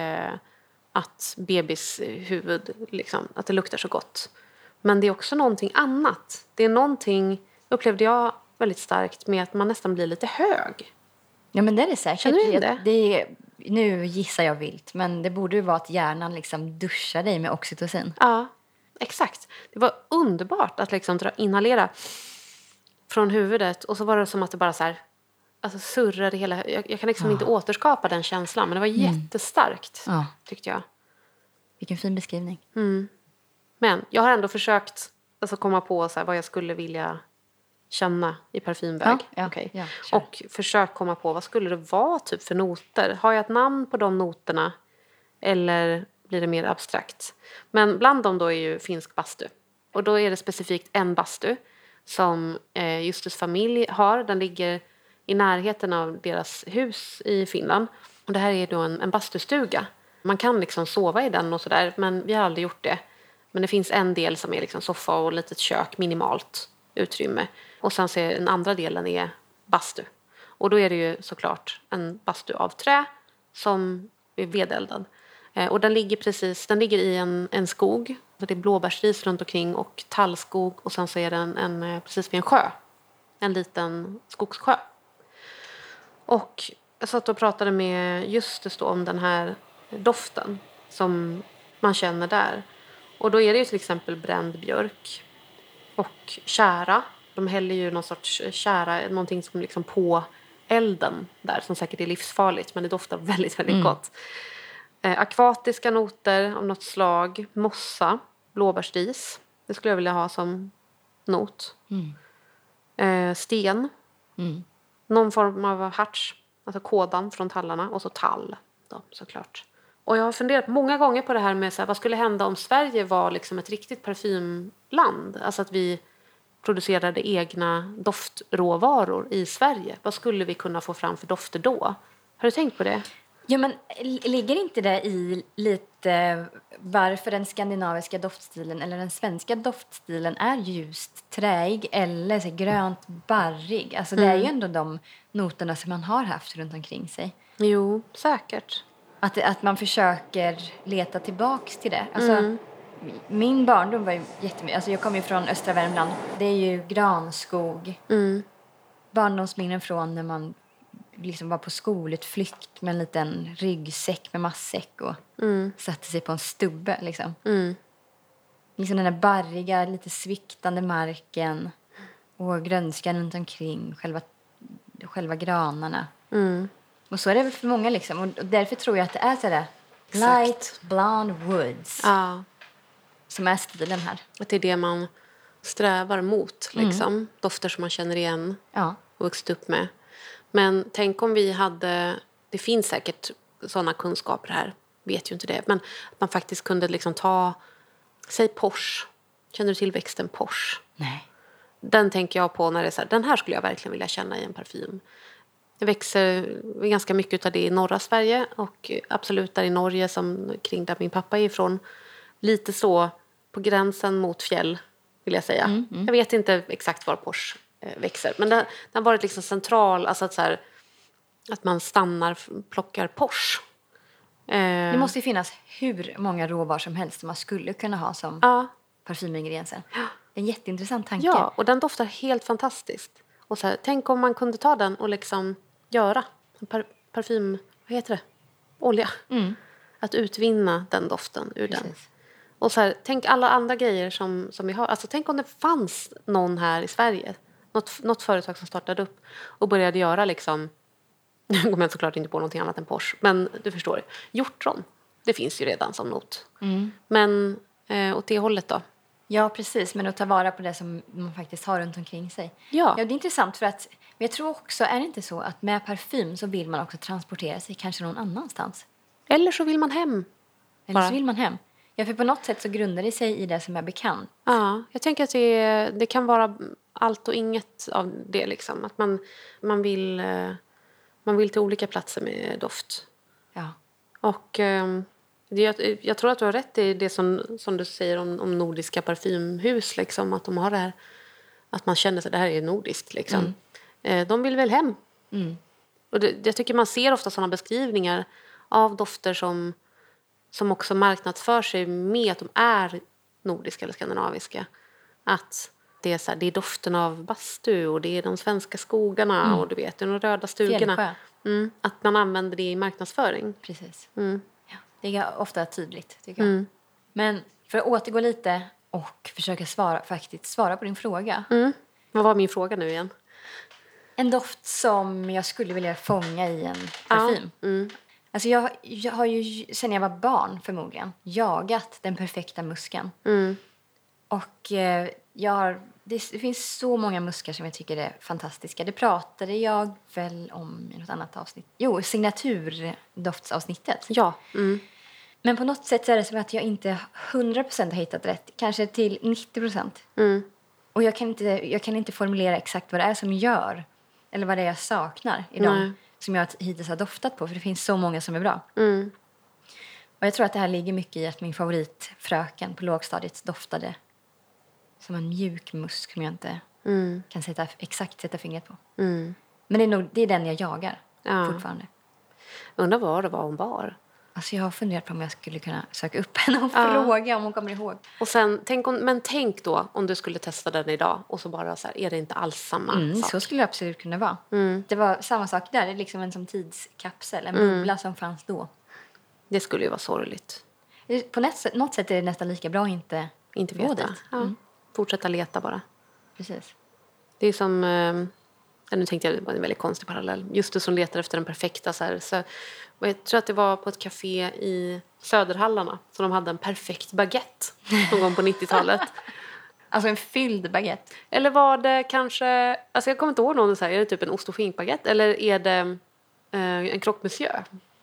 att bebis huvud, liksom, att det luktar så gott. Men det är också någonting annat. Det är någonting, upplevde jag väldigt starkt, med att man nästan blir lite hög. Ja, men det är det säkert. Känner du det? Nu gissar jag vilt, men det borde ju vara att hjärnan liksom duschar dig med oxytocin. Ja, exakt. Det var underbart att liksom inhalera från huvudet. Och så var det som att det bara så här, alltså surrade hela. Jag kan liksom inte återskapa den känslan, men det var jättestarkt, tyckte jag. Vilken fin beskrivning. Men jag har ändå försökt komma på så här, vad jag skulle vilja känna i parfymväg. Och försökt komma på vad skulle det vara typ för noter. Har jag ett namn på de noterna eller blir det mer abstrakt? Men bland dem då är ju finsk bastu. Och då är det specifikt en bastu som Justus familj har. Den ligger i närheten av deras hus i Finland. Och det här är då en bastustuga. Man kan liksom sova i den och sådär, men vi har aldrig gjort det. Men det finns en del som är liksom soffa och litet kök, minimalt utrymme. Och sen så är den andra delen är bastu. Och då är det ju såklart en bastu av trä som är vedeldad. Och den ligger i en skog. Så det är blåbärsris runt omkring och tallskog. Och sen så är den precis vid en sjö. En liten skogssjö. Och jag satt och pratade med Justus då om den här doften som man känner där. Och då är det ju till exempel bränd björk och tjära. De häller ju någon sorts tjära, någonting som liksom på elden där, som säkert är livsfarligt, men det doftar väldigt, väldigt gott. Akvatiska noter av något slag, mossa, blåbärsris. Det skulle jag vilja ha som not. Sten. Någon form av harts, alltså kådan från tallarna, och så tall då, såklart. Och jag har funderat många gånger på det här med så här, vad skulle hända om Sverige var liksom ett riktigt parfymland? Alltså att vi producerade egna doftråvaror i Sverige. Vad skulle vi kunna få fram för dofter då? Har du tänkt på det? Ja, men ligger inte det i lite varför den skandinaviska doftstilen eller den svenska doftstilen är ljust träig eller så grönt barrig? Alltså det är ju ändå de noterna som man har haft runt omkring sig. Jo, säkert. Att man försöker leta tillbaks till det. Alltså, min barndom var ju jättemycket... Alltså jag kommer ju från östra Värmland. Det är ju granskog. Barndomsminnen från när man liksom var på skolutflykt med en liten ryggsäck med matsäck och satte sig på en stubbe. Liksom. Liksom den där barriga, lite sviktande marken och grönskan runt omkring, själva granarna. Och så är det väl för många liksom. Och därför tror jag att det är sådär light blonde woods som är stilen här. Att det är det man strävar mot, liksom. Dofter som man känner igen och vuxit upp med. Men tänk om vi hade... Det finns säkert sådana kunskaper här. Vet ju inte det. Men att man faktiskt kunde liksom ta... Säg Porsche. Känner du till växten Porsche? Nej. Den tänker jag på när det är så här, den här skulle jag verkligen vilja känna i en parfym. Det växer ganska mycket av det i norra Sverige och absolut där i Norge som kring där min pappa är ifrån. Lite så på gränsen mot fjäll vill jag säga. Jag vet inte exakt var Porsche växer. Men den har varit liksom central, alltså att man stannar, plockar Porsche. Det måste ju finnas hur många råvaror som helst som man skulle kunna ha som parfymingredienser. Det är en jätteintressant tanke. Ja, och den doftar helt fantastiskt. Och så här, tänk om man kunde ta den och liksom göra en parfym, vad heter det? Olja. Att utvinna den doften ur den. Och så här, tänk alla andra grejer som vi har. Alltså tänk om det fanns någon här i Sverige. Något företag som startade upp och började göra liksom, nu kommer jag såklart inte på någonting annat än Porsche, men du förstår, hjortron. Det finns ju redan som not. Men åt det hållet då? Ja, precis. Men att ta vara på det som man faktiskt har runt omkring sig. Ja, det är intressant för att... Men jag tror också, är det inte så att med parfym så vill man också transportera sig kanske någon annanstans? eller så vill man hem. Eller så vill man hem. Ja, för på något sätt så grundar det sig i det som är bekant. Ja, jag tänker att det kan vara allt och inget av det liksom. Att man vill till olika platser med doft. Ja. Och jag tror att du har rätt i det som du säger om nordiska parfymhus. Liksom, att de har det här, att man känner sig det här är nordiskt. Liksom. De vill väl hem. Och jag tycker man ser ofta sådana beskrivningar av dofter som också marknadsför sig med att de är nordiska eller skandinaviska. Att det är, så här, det är doften av bastu och det är de svenska skogarna och du vet, de röda stugorna. Att man använder det i marknadsföring. Precis. Ja, det är ofta tydligt, tycker jag. Men för att återgå lite och försöka svara på din fråga. Vad var min fråga nu igen? En doft som jag skulle vilja fånga i en parfym. Alltså jag har ju, sen jag var barn förmodligen, jagat den perfekta musken. Och det finns så många muskar som jag tycker är fantastiska. Det pratade jag väl om i något annat avsnitt. Jo, signaturdoftsavsnittet. Ja. Men på något sätt så är det som att jag inte 100% har hittat rätt. Kanske till 90%. Och jag kan inte formulera exakt vad det är som gör. Eller vad det är jag saknar i dem som jag hittills har doftat på. För det finns så många som är bra. Och jag tror att det här ligger mycket i att min favoritfröken på lågstadiet doftade som en mjuk musk som jag inte kan sätta fingret på. Men det är den jag jagar fortfarande. Undrar vad det var hon bar. Alltså jag har funderat på om jag skulle kunna söka upp henne och fråga om hon kommer ihåg. Och sen, tänk då om du skulle testa den idag och så bara så här, är det inte alls samma sak? Så skulle det absolut kunna vara. Det var samma sak där, det är liksom en som tidskapsel, en bubbla som fanns då. Det skulle ju vara sorgligt. På något sätt är det nästan lika bra inte veta. Fortsätta leta bara. Precis. Det är som, nu tänkte jag, det var en väldigt konstig parallell. Just du som letar efter den perfekta så jag tror att det var på ett café i Söderhallarna så de hade en perfekt baguette någon gång på 90-talet. Alltså en fylld baguette. Eller var det kanske, alltså jag kommer inte ihåg någon så här, är det typ en ost och skinkbaguette eller är det en croque monsieur?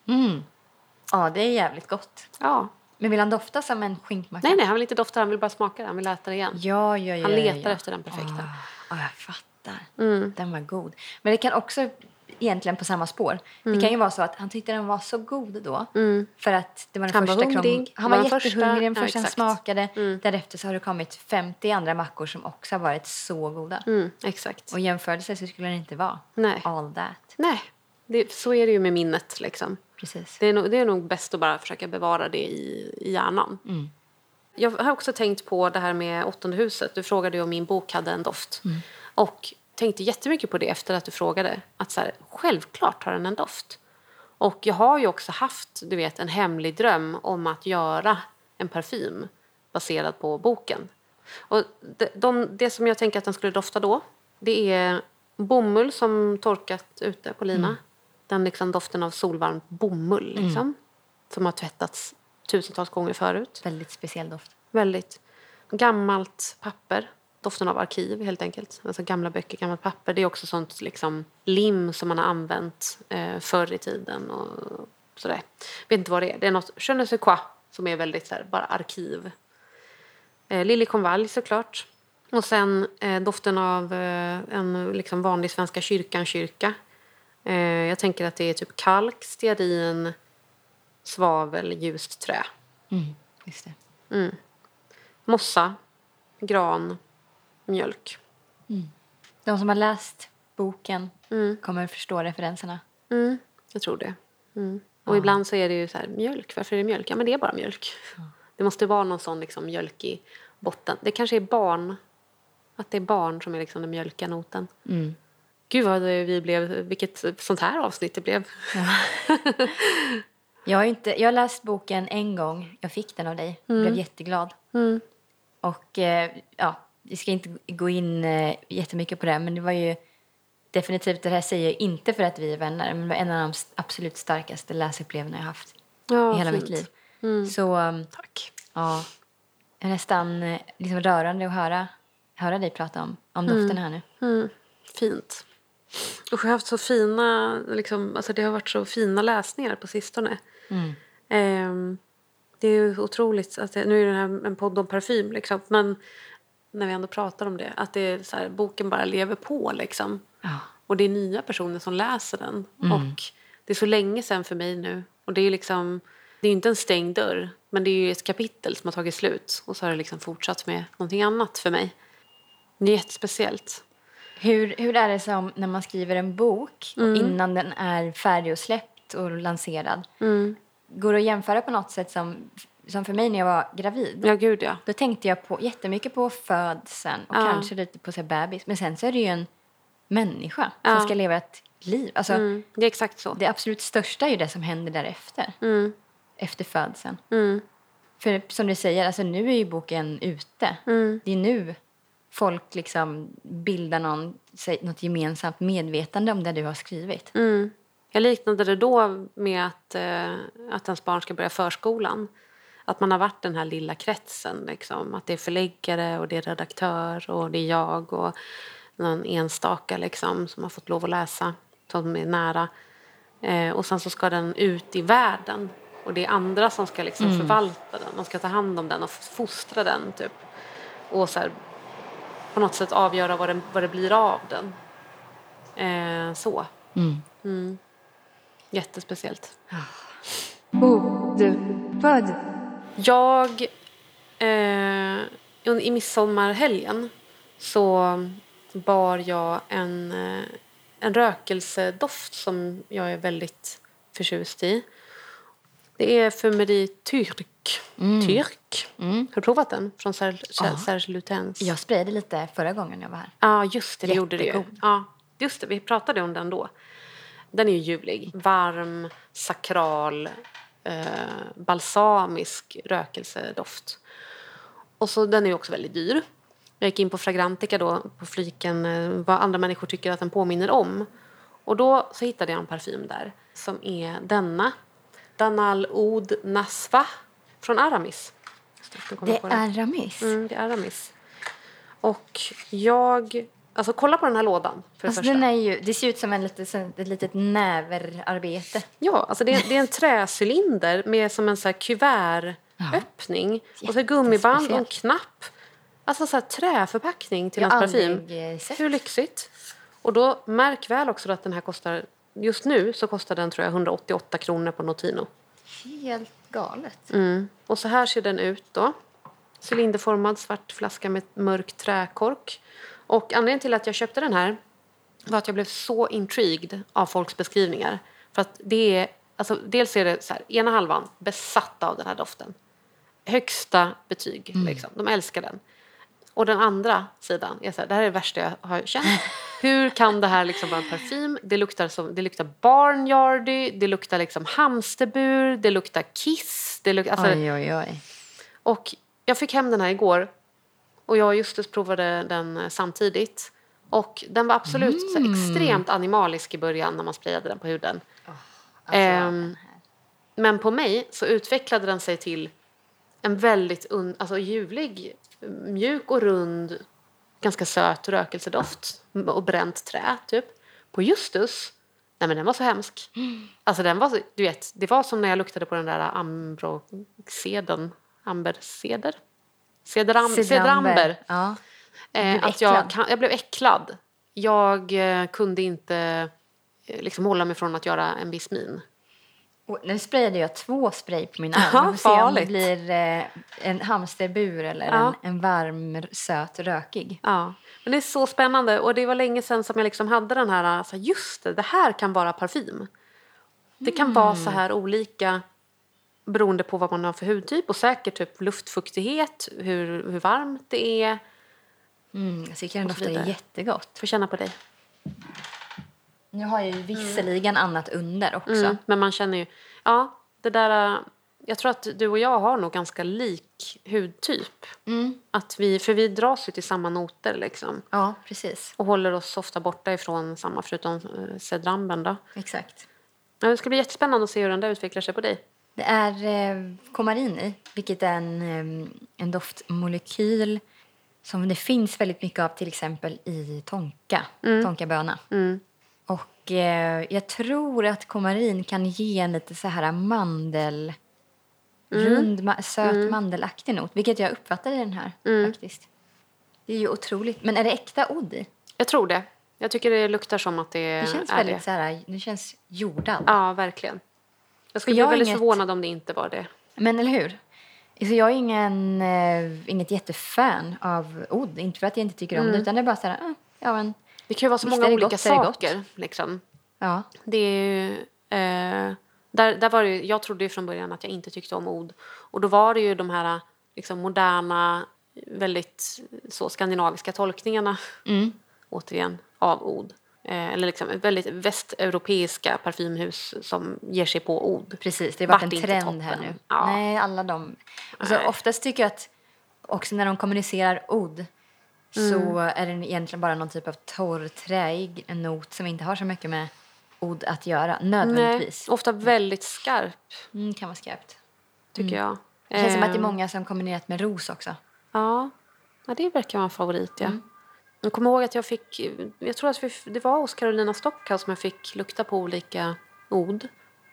Ja, det är jävligt gott. Ja. Men vill han dofta som en skinkmacka? Nej, han vill inte dofta, han vill bara smaka det, han vill äta det igen. Ja. Han letar efter den perfekta. Ja, jag fattar. Den var god. Men det kan också egentligen på samma spår. Det kan ju vara så att han tyckte den var så god då. För att det var den Han första var hungrig. Han var den jättehungrig den första han exakt. smakade. Därefter så har det kommit 50 andra mackor som också har varit så goda. Exakt. Och jämförelse så skulle det inte vara Nej. all that. Nej, så är det ju med minnet liksom. Precis. Det är nog bäst att bara försöka bevara det i hjärnan. Jag har också tänkt på det här med 8:e huset. Du frågade ju om min bok hade en doft. Och tänkte jättemycket på det efter att du frågade. Att så här, självklart har den en doft. Och jag har ju också haft, du vet, en hemlig dröm om att göra en parfym baserad på boken. Och det som jag tänker att den skulle dofta då, det är bomull som torkat ute på lina. Den liksom doften av solvarm bomull liksom. Som har tvättats tusentals gånger förut. Väldigt speciell doft. Väldigt gammalt papper. Doften av arkiv helt enkelt. Alltså gamla böcker, gammalt papper. Det är också sånt liksom lim som man har använt förr i tiden. Och sådär. Vet inte vad det är. Det är något je ne sais quoi som är väldigt så här, bara arkiv. Liljekonvalj såklart. Och sen doften av en liksom vanlig Svenska kyrka. Jag tänker att det är typ kalk, stearin, svavel, ljust trä. Just det. Mossa, gran, mjölk. De som har läst boken kommer förstå referenserna. Jag tror det. Och ibland så är det ju så här, mjölk, varför är det mjölk? Ja, men det är bara mjölk. Det måste vara någon sån liksom mjölk i botten. Det kanske är barn. Att det är barn som är liksom den mjölkiga noten. Gud vad vilket sånt här avsnitt det blev. Ja. Jag har läst boken en gång. Jag fick den av dig. Blev jätteglad. Och vi ska inte gå in jättemycket på det. Men det var ju definitivt, det här säger jag inte för att vi är vänner. Men det var en av de absolut starkaste läsupplevelserna jag haft i hela mitt liv. Så Tack. ja, det är nästan liksom rörande att höra dig prata om doften här nu. Fint. Och jag har haft så fina, liksom, alltså det har varit så fina läsningar på sistone. Det är ju otroligt, att nu är det här en podd om parfym liksom, men när vi ändå pratar om det, att det är så här, boken bara lever på liksom. Ja. Och det är nya personer som läser den. Och det är så länge sedan för mig nu. Och det är liksom, det är ju inte en stängd dörr, men det är ju ett kapitel som har tagit slut. Och så har det liksom fortsatt med någonting annat för mig. Det är jättespeciellt. Hur är det som när man skriver en bok och innan den är färdig och släppt och lanserad? Går det att jämföra på något sätt som för mig när jag var gravid? Ja, gud ja. Då tänkte jag jättemycket på födseln och kanske lite på så här bebis. Men sen så är det ju en människa som ska leva ett liv. Alltså, det är exakt så. Det absolut största är ju det som händer därefter. Efter födseln. För som du säger, alltså nu är ju boken ute. Det är nu folk liksom bildar något gemensamt medvetande om det du har skrivit. Jag liknade det då med att ens barn ska börja förskolan. Att man har varit den här lilla kretsen. Liksom. Att det är förläggare och det är redaktör och det är jag och någon enstaka liksom, som har fått lov att läsa. Som är nära. Och sen så ska den ut i världen. Och det är andra som ska liksom förvalta den. De ska ta hand om den och fostra den typ. Och så här, på något sätt avgöra vad det blir av den. Så. Jättespeciellt. Jag i midsommarhelgen så bar jag en rökelsedoft som jag är väldigt förtjust i. Det är Fumerie Turk. Har du provat den? Från Serge Lutens. Jag sprayade lite förra gången jag var här. Ja, just det. Det gjorde det ju. Ja, just det. Vi pratade om den då. Den är ju ljuvlig. Varm, sakral, balsamisk rökelsedoft. Och så den är ju också väldigt dyr. Jag gick in på Fragrantica då, på fliken vad andra människor tycker att den påminner om. Och då så hittade jag en parfym där som är denna. Danal Oud Nasva från Aramis. Det är Aramis? Det är Aramis. Och alltså kolla på den här lådan för det första. Den är ju, det ser ut som ett litet näverarbete. Ja, alltså det är en träcylinder med som en så här kuvertöppning. Och så gummiband och en knapp. Alltså så här träförpackning till hans parfym. Hur lyxigt. Och då märk väl också att den här kostar just nu så kostar den tror jag 188 kronor på Notino. Helt galet. Och så här ser den ut då. Cylinderformad svart flaska med mörk träkork. Och anledningen till att jag köpte den här var att jag blev så intrigued av folks beskrivningar. För att det är, alltså dels är det så här, ena halvan besatta av den här doften. Högsta betyg, liksom. De älskar den. Och den andra sidan är så här, det här är det värsta jag har känt. Hur kan det här liksom vara en parfym? Det luktar barnyardy, det luktar liksom hamsterbur, det luktar kiss. Alltså, Oj. och jag fick hem den här igår och jag och Justus provade den samtidigt. Och den var absolut så extremt animalisk i början när man sprayade den på huden. Men på mig så utvecklade den sig till en väldigt ljuvlig, mjuk och rund, ganska söt rökelsedoft och bränt trä typ. På Justus, nej men den var så hemsk. Alltså den var så, du vet, det var som när jag luktade på den där cederamber. Ja. Att jag blev äcklad. Jag kunde inte liksom hålla mig från att göra en viss min. Och nu sprayade jag 2 spray på min arm. Vi får se om det blir en hamsterbur eller en varm, söt, rökig. Ja, men det är så spännande. Och det var länge sedan som jag liksom hade den här, så just det här kan vara parfym. Det kan vara så här olika beroende på vad man har för hudtyp. Och säkert typ luftfuktighet, hur varmt det är. Jag tycker den doftar jättegott. Får känna på dig. Nu har jag ju visserligen annat under också. Men man känner ju, det där, jag tror att du och jag har nog ganska lik hudtyp. För vi dras ju till samma noter liksom. Ja, precis. Och håller oss ofta borta ifrån samma, förutom cedramben då. Exakt. Ja, det ska bli jättespännande att se hur den där utvecklar sig på dig. Det är komarin i, vilket är en doftmolekyl som det finns väldigt mycket av till exempel i tonkaböna. Och jag tror att komarin kan ge en lite så här söt mandelaktig not. Vilket jag uppfattar i den här faktiskt. Det är ju otroligt. Men är det äkta odd i? Jag tror det. Jag tycker det luktar som att det känns är väldigt det. Så här, det känns jordad. Ja, verkligen. Jag skulle bli väldigt förvånad om det inte var det. Men eller hur? Så jag är inget jättefan av odd. Inte för att jag inte tycker om det, utan det är bara så här, men det kan ju vara så många olika saker. Liksom. Ja. Det är ju, där var det, jag trodde ju från början att jag inte tyckte om odd. Och då var det ju de här liksom, moderna, väldigt så skandinaviska tolkningarna återigen av odd. Eller liksom väldigt västeuropeiska parfymhus som ger sig på odd. Precis, det har varit en trend här nu. Ja. Nej, alla de. Alltså, oftast tycker jag att också när de kommunicerar odd så är det egentligen bara någon typ av torrträig not som inte har så mycket med odd att göra, nödvändigtvis. Nej, ofta väldigt skarp. Kan vara skarpt. Tycker jag. Det känns som att det är många som kombinerat med ros också. Ja, det verkar vara en favorit, ja. Jag kommer ihåg att jag tror att det var hos Carolina Stockhaus som jag fick lukta på olika odd.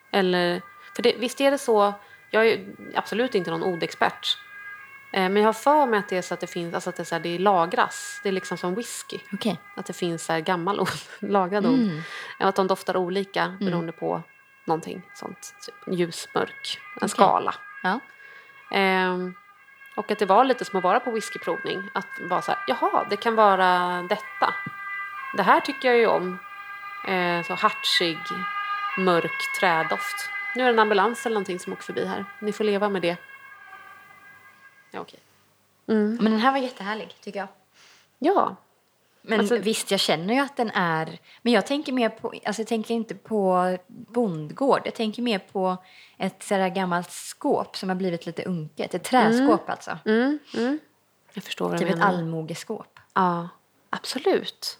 Visst är det så, jag är absolut inte någon oddexpert. Men jag har för mig att det är så att det finns, alltså att det lagras. Det är liksom som whisky. Okay. Att det finns så här gammal odd, lagrad odd. Att de doftar olika beroende på någonting sånt. Typ ljus, mörk, en skala. Ja. Och att det var lite som att vara på whiskyprovning. Att vara så här, jaha, det kan vara detta. Det här tycker jag ju om. Så hartsig, mörk trädoft. Nu är det en ambulans eller någonting som åker förbi här. Ni får leva med det. Ja, okej. Men den här var jättehärlig, tycker jag. Ja. Men visst, jag känner ju att den är... Men jag tänker mer på... Alltså jag tänker inte på bondgård. Jag tänker mer på ett sådär gammalt skåp som har blivit lite unket. Ett träskåp alltså. Jag förstår vad typ du menar. Ett allmogeskåp. Ja, absolut.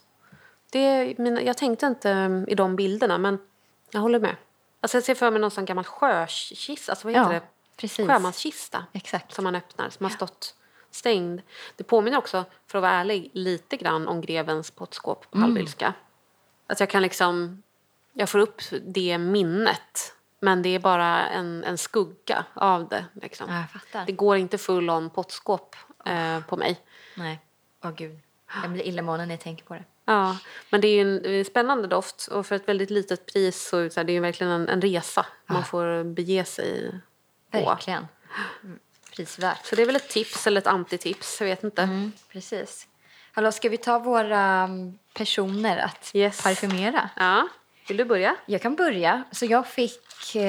Jag tänkte inte i de bilderna, men jag håller med. Alltså jag ser för mig någon sån gammal sjökista. Alltså vad heter det? Precis. Sjömanskista. Exakt. Som man öppnar, som har stått stängd. Det påminner också, för att vara ärlig, lite grann om grevens pottskåp på Hallwylska. Att jag kan liksom... Jag får upp det minnet. Men det är bara en skugga av det. Liksom. Ja, jag fattar. Det går inte full on pottskåp på mig. Nej. Åh gud. Jag blir illamående när jag tänker på det. Ja, men det är ju en spännande doft och för ett väldigt litet pris så är det ju verkligen en resa man får bege sig på. Verkligen. Prisvärt. Så det är väl ett tips eller ett antitips, jag vet inte. Precis. Hallå, ska vi ta våra personer att parfymera? Ja, vill du börja? Jag kan börja. Så jag fick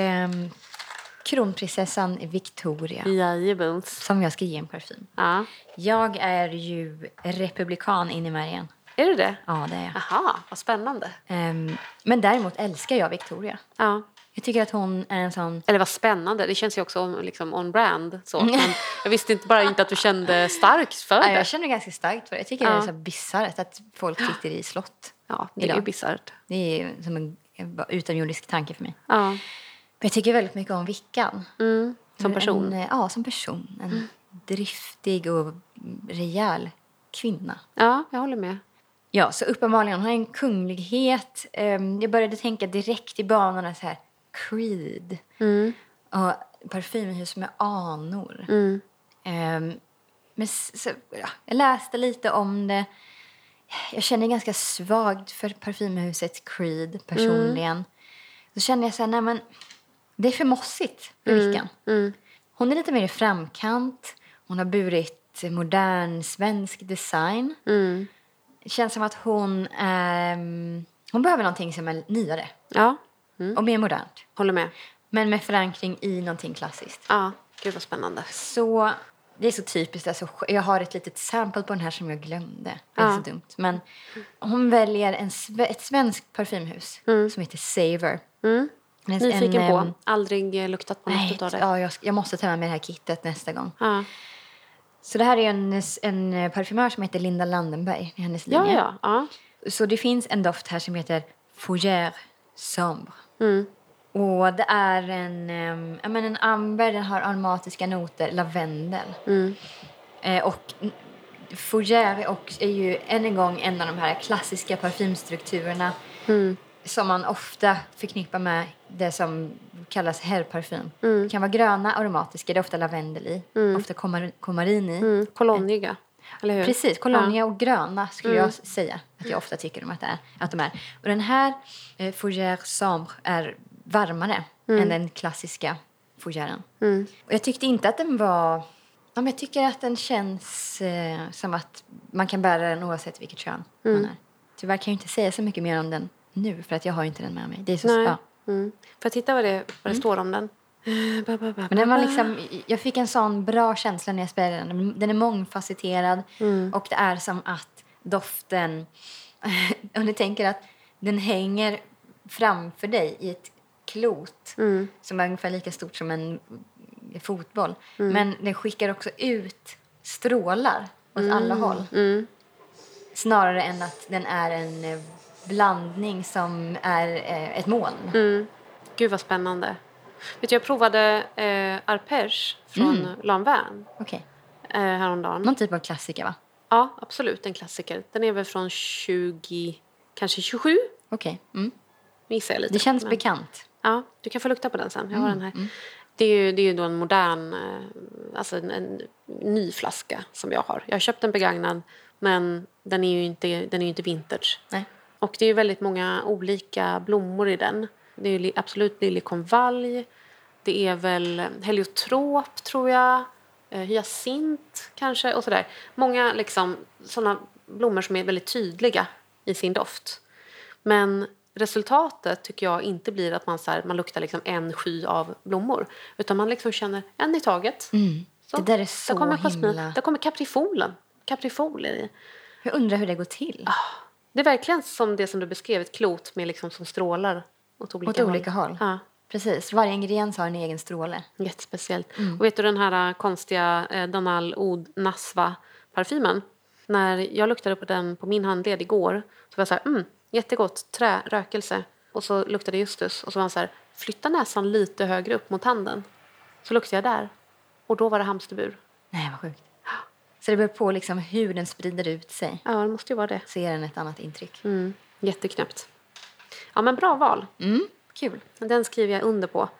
kronprinsessan Victoria. Jajebums. Som jag ska ge en parfym. Ja. Jag är ju republikan in i märgen. Är du det? Ja, det är jag. Aha, vad spännande. Men däremot älskar jag Victoria. Ja. Jag tycker att hon är en sån... Eller vad spännande, det känns ju också liksom on brand. Så. Men jag visste inte att du kände starkt för det. Ja, jag känner ganska starkt för det. Jag tycker det är så bisarrt att folk sitter i slott. Ja, det är ju bisarrt. Det är som en utomjordisk tanke för mig. Ja. Men jag tycker väldigt mycket om Vickan. Som person? Ja, som person. En driftig och rejäl kvinna. Ja, jag håller med. Ja, så uppenbarligen hon har en kunglighet. Jag började tänka direkt i banorna så här Creed. Och parfymhus med anor. Men jag läste lite om det. Jag känner ganska svagt för parfymhuset Creed personligen. Så kände jag så här, nej men det är för mossigt för Vickan. Hon är lite mer i framkant. Hon har burit modern svensk design. Det känns som att hon behöver någonting som är nyare. Ja. Och mer modernt. Håller med. Men med förankring i någonting klassiskt. Ja, gud vad spännande. Så det är så typiskt. Alltså, jag har ett litet sample på den här som jag glömde. Det är så dumt. Men hon väljer ett svenskt parfymhus som heter Savor. Nyfiken på. Aldrig luktat på något av det. Ja, jag måste ta med mig det här kittet nästa gång. Ja. Så det här är en parfymör som heter Linda Landenberg i hennes linje. Ja. Så det finns en doft här som heter Fougère Sombre. Och det är en amber, den har aromatiska noter, lavendel. Och Fougère är ju än en gång en av de här klassiska parfymstrukturerna som man ofta förknippar med det som kallas herrparfym. Det kan vara gröna aromatiska, det är ofta lavendel i, ofta komarin i. Kolonjiga, eller hur? Precis, kolonja och gröna skulle jag säga att jag ofta tycker att de är. Och den här Fougère Sombre är varmare än den klassiska Fougèren. Och jag tyckte inte att den var... Ja, men jag tycker att den känns som att man kan bära den oavsett vilket kön man är. Tyvärr kan jag inte säga så mycket mer om den nu för att jag har inte den med mig. Det är så Får jag titta vad det står om den? Men den var liksom, jag fick en sån bra känsla när jag spelade den. Den är mångfacetterad och det är som att doften, om du tänker att den hänger framför dig i ett klot som är ungefär lika stort som en fotboll. Men den skickar också ut strålar åt alla håll. Snarare än att den är en blandning som är ett moln. Gud vad spännande. Vet du, jag provade Arpège från Lanvin häromdagen. Någon typ av klassiker, va? Ja, absolut en klassiker. Den är väl från 20, kanske 27. Okej. Missar jag lite. Det känns bekant. Ja, du kan få lukta på den sen. Jag har den här. Det är ju då en modern, alltså en ny flaska som jag har. Jag har köpt en begagnad, men den är ju inte vintage. Nej. Och det är ju väldigt många olika blommor i den. Det är ju absolut liljekonvalj. Det är väl heliotrop, tror jag. Hyacint kanske och sådär. Många liksom sådana blommor som är väldigt tydliga i sin doft. Men resultatet tycker jag inte blir att man luktar liksom en sky av blommor. Utan man liksom känner en i taget. Så, det där är så himla... Där kommer kaprifol i. Jag undrar hur det går till. Det är verkligen som det som du beskrev. Ett klot med liksom som strålar åt olika håll. Ja. Precis, varje ingrediens har en egen stråle. Jättespeciellt. Och vet du den här konstiga Danal Oud Nasva parfymen? När jag luktade på den på min handled igår så var jag så här, jättegott, rökelse. Och så luktade Justus och så var han så här, flytta näsan lite högre upp mot handen. Så luktade jag där. Och då var det hamsterbur. Nej, vad sjukt. Så det beror på liksom hur den sprider ut sig. Ja, det måste ju vara det. Så ger den ett annat intryck. Jätteknäppt. Ja, men bra val. Kul. Den skriver jag under på.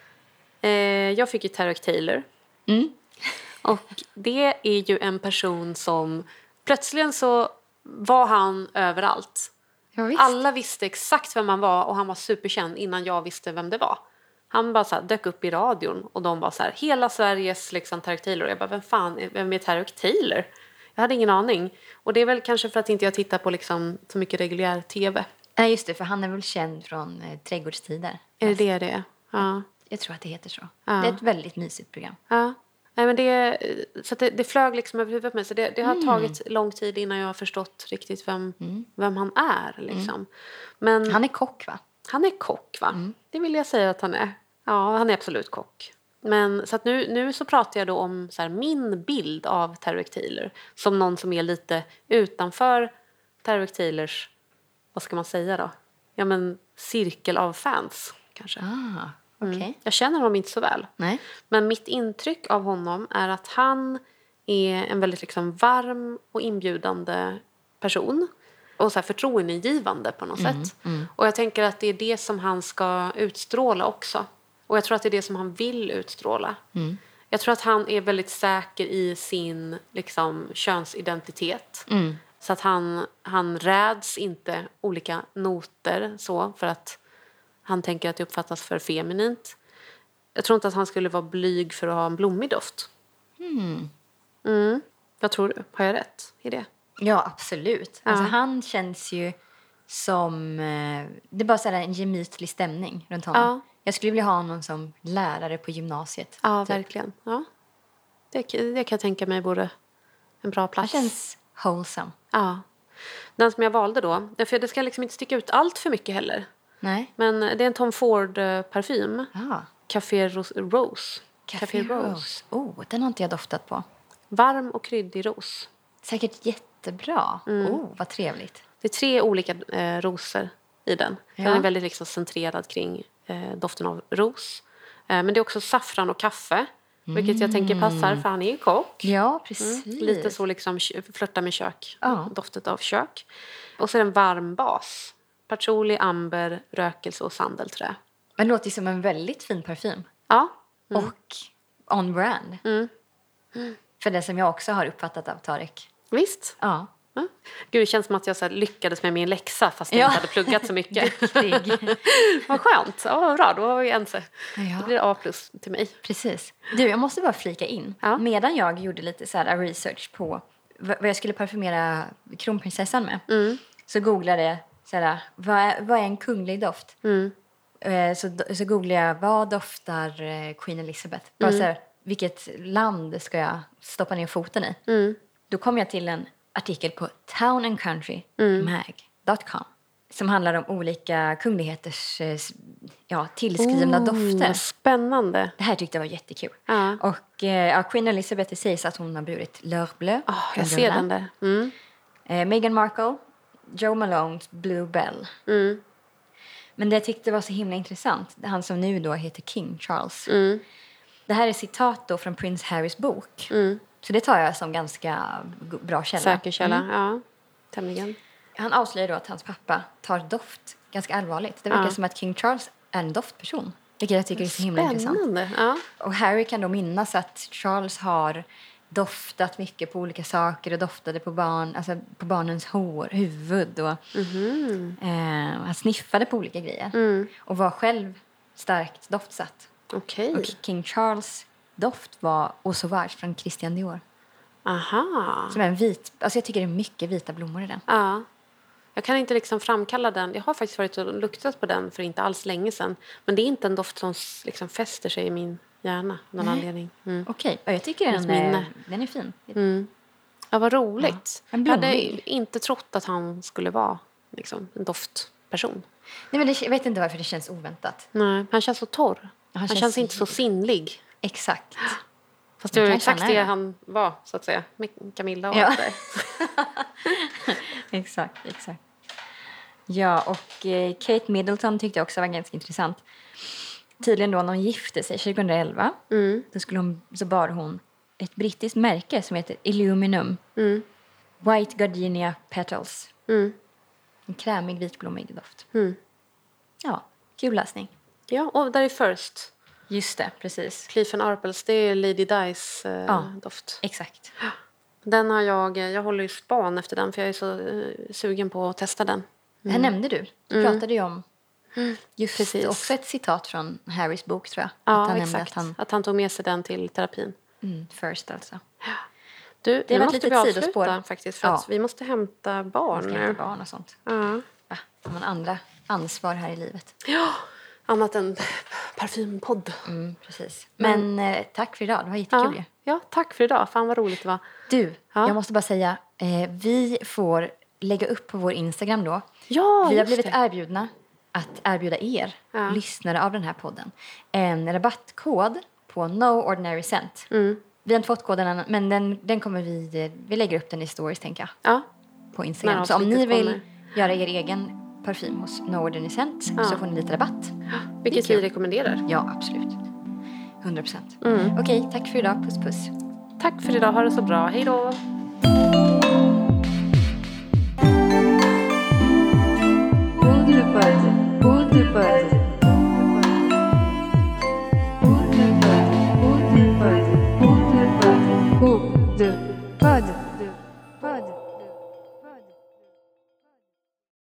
Jag fick ju Tarek Taylor. Och det är ju en person som plötsligen så var han överallt. Ja, visst. Alla visste exakt vem han var och han var superkänd innan jag visste vem det var. Han bara så här, dök upp i radion och de var så här, hela Sveriges liksom Tarek Taylor. Jag bara, vem är Tarek Taylor? Jag hade ingen aning. Och det är väl kanske för att inte jag tittar på liksom så mycket reguljär tv. Nej, just det, för han är väl känd från Trädgårdstider. Är det det? Ja. Jag tror att det heter så. Ja. Det är ett väldigt mysigt program. Ja. Nej, men så att det flög liksom över huvudet på mig. Så det har tagit lång tid innan jag har förstått riktigt vem han är. Liksom. Men Han är kock, va? han är kock, va? Det vill jag säga att han är. Ja, han är absolut kock. Men så att nu så pratar jag då om så här, min bild av Tarek Taylor. Som någon som är lite utanför Tarek Taylors, vad ska man säga då? Ja, men cirkel av fans kanske. Okej. Jag känner honom inte så väl. Nej. Men mitt intryck av honom är att han är en väldigt liksom varm och inbjudande person. Och så här förtroendegivande på något sätt. Och jag tänker att det är det som han ska utstråla också. Och jag tror att det är det som han vill utstråla. Jag tror att han är väldigt säker i sin liksom, könsidentitet. Så att han räds inte olika noter så för att han tänker att det uppfattas för feminint. Jag tror inte att han skulle vara blyg för att ha en blommig doft. Vad tror du? Har jag rätt i det? Ja, absolut. Alltså, han känns ju som... det är bara så här en gemytlig stämning runt honom. Ja. Jag skulle vilja ha honom som lärare på gymnasiet. Ja, typ. verkligen. Ja. Det kan jag tänka mig vore en bra Han plats. känns wholesome. Ja. Den som jag valde då, för det ska liksom inte sticka ut allt för mycket heller. Nej. Men det är en Tom Ford-parfym. Café Rose. Café Rose. Oh, den har inte jag doftat på. Varm och kryddig ros. Säkert jättebra. Vad trevligt. Det är 3 olika rosor i den. Den är väldigt liksom centrerad kring doften av ros. Men det är också saffran och kaffe. Vilket jag tänker passar, för han är ju kock. Ja, precis. Lite så liksom flörta med kök. Doftet av kök. Och så är det en varm bas. Patchouli, amber, rökelse och sandelträ. Men det låter ju som en väldigt fin parfym. Ja. Och on brand. För det som jag också har uppfattat av Tarek. Visst. Ja. Ja. Gud, det känns som att jag så här lyckades med min läxa fast jag inte hade pluggat så mycket. Vad skönt. Ja, vad bra. Då var vi ense. Ja. Då blir det A+ till mig. Precis. Du, jag måste bara flika in. Ja. Medan jag gjorde lite så här research på vad jag skulle parfymera kronprinsessan med. Så googlade jag så här, vad är en kunglig doft? Så googlade jag, vad doftar Queen Elizabeth? Bara så här, vilket land ska jag stoppa ner foten i? Då kom jag till en artikel på townandcountrymag.com som handlar om olika kungligheters tillskrivna dofter. Spännande. Det här tyckte jag var jättekul. Ja. Och Queen Elizabeth, det sägs att hon har burit L'Heure Bleu. Jag ser den där. Meghan Markle, Joe Malone's Blue Bell. Men det jag tyckte var så himla intressant, han som nu då heter King Charles. Det här är citat då från Prince Harrys bok. Så det tar jag som ganska bra källa. Säker källa, ja. Tämligen. Han avslöjar då att hans pappa tar doft ganska allvarligt. Det verkar som att King Charles är en doftperson. Vilket jag tycker är så himla intressant. Ja. Och Harry kan då minnas att Charles har doftat mycket på olika saker och doftade på på barnens huvud och han sniffade på olika grejer och var själv starkt doftsatt. Okej. Och King Charles doft var Eau Sauvage från Christian Dior. Aha. Som är en vit, alltså jag tycker det är mycket vita blommor i den. Ja. Jag kan inte liksom framkalla den. Jag har faktiskt varit och luktat på den för inte alls länge sedan. Men det är inte en doft som liksom fäster sig i min hjärna av någon anledning. Okej, jag tycker den är fin. Ja, vad roligt. Ja, jag hade inte trott att han skulle vara liksom en doftperson. Nej, men jag vet inte varför det känns oväntat. Nej, han känns så torr. Han känns inte så sinnlig. Exakt. Fast det var exakt det han var, så att säga. Med Camilla och allt det. Exakt. Ja, och Kate Middleton tyckte jag också var ganska intressant. Tydligen då när hon gifte sig 2011 så bar hon ett brittiskt märke som heter Illuminum. White Gardenia Petals. En krämig vitblommig doft. Ja, kul läsning. Ja, och där är First. Just det, precis. Cliff & Arpels, det är Lady Di's doft. Exakt. Den har jag håller ju span efter den för jag är så sugen på att testa den. Det här nämnde du. Du pratade ju om just Precis. också ett citat från Harrys bok, tror jag. Ja, att han exakt. nämnde Att han tog med sig den till terapin. First alltså. Du, Det nu var ett måste litet vi sidospår. avsluta faktiskt för att vi måste hämta barn Man ska nu. inte barn och sånt. Ja. Va? Har man andra ansvar här i livet? Ja, annat än parfympodd. Precis. Men tack för idag. Det var jättekul ju. Ja, tack för idag. Fan vad roligt det var. Du, jag måste bara säga. Vi får lägga upp på vår Instagram då. Ja, Vi har just blivit det. erbjudna att erbjuda er, lyssnare av den här podden, en rabattkod på No Ordinary Scent. Vi har inte fått koden än, men den kommer vi lägger upp den i stories, tänker jag. Ja, På Instagram. När Så om ni avsnittet vill kommer. göra er egen parfym hos No Ordinary Scent så får ni lite rabatt. vilket Det är vi kul. rekommenderar. Ja, absolut. 100%. Okej, tack för idag. Puss, puss. Tack för idag. Ha det så bra. Hej då. Ultrapod.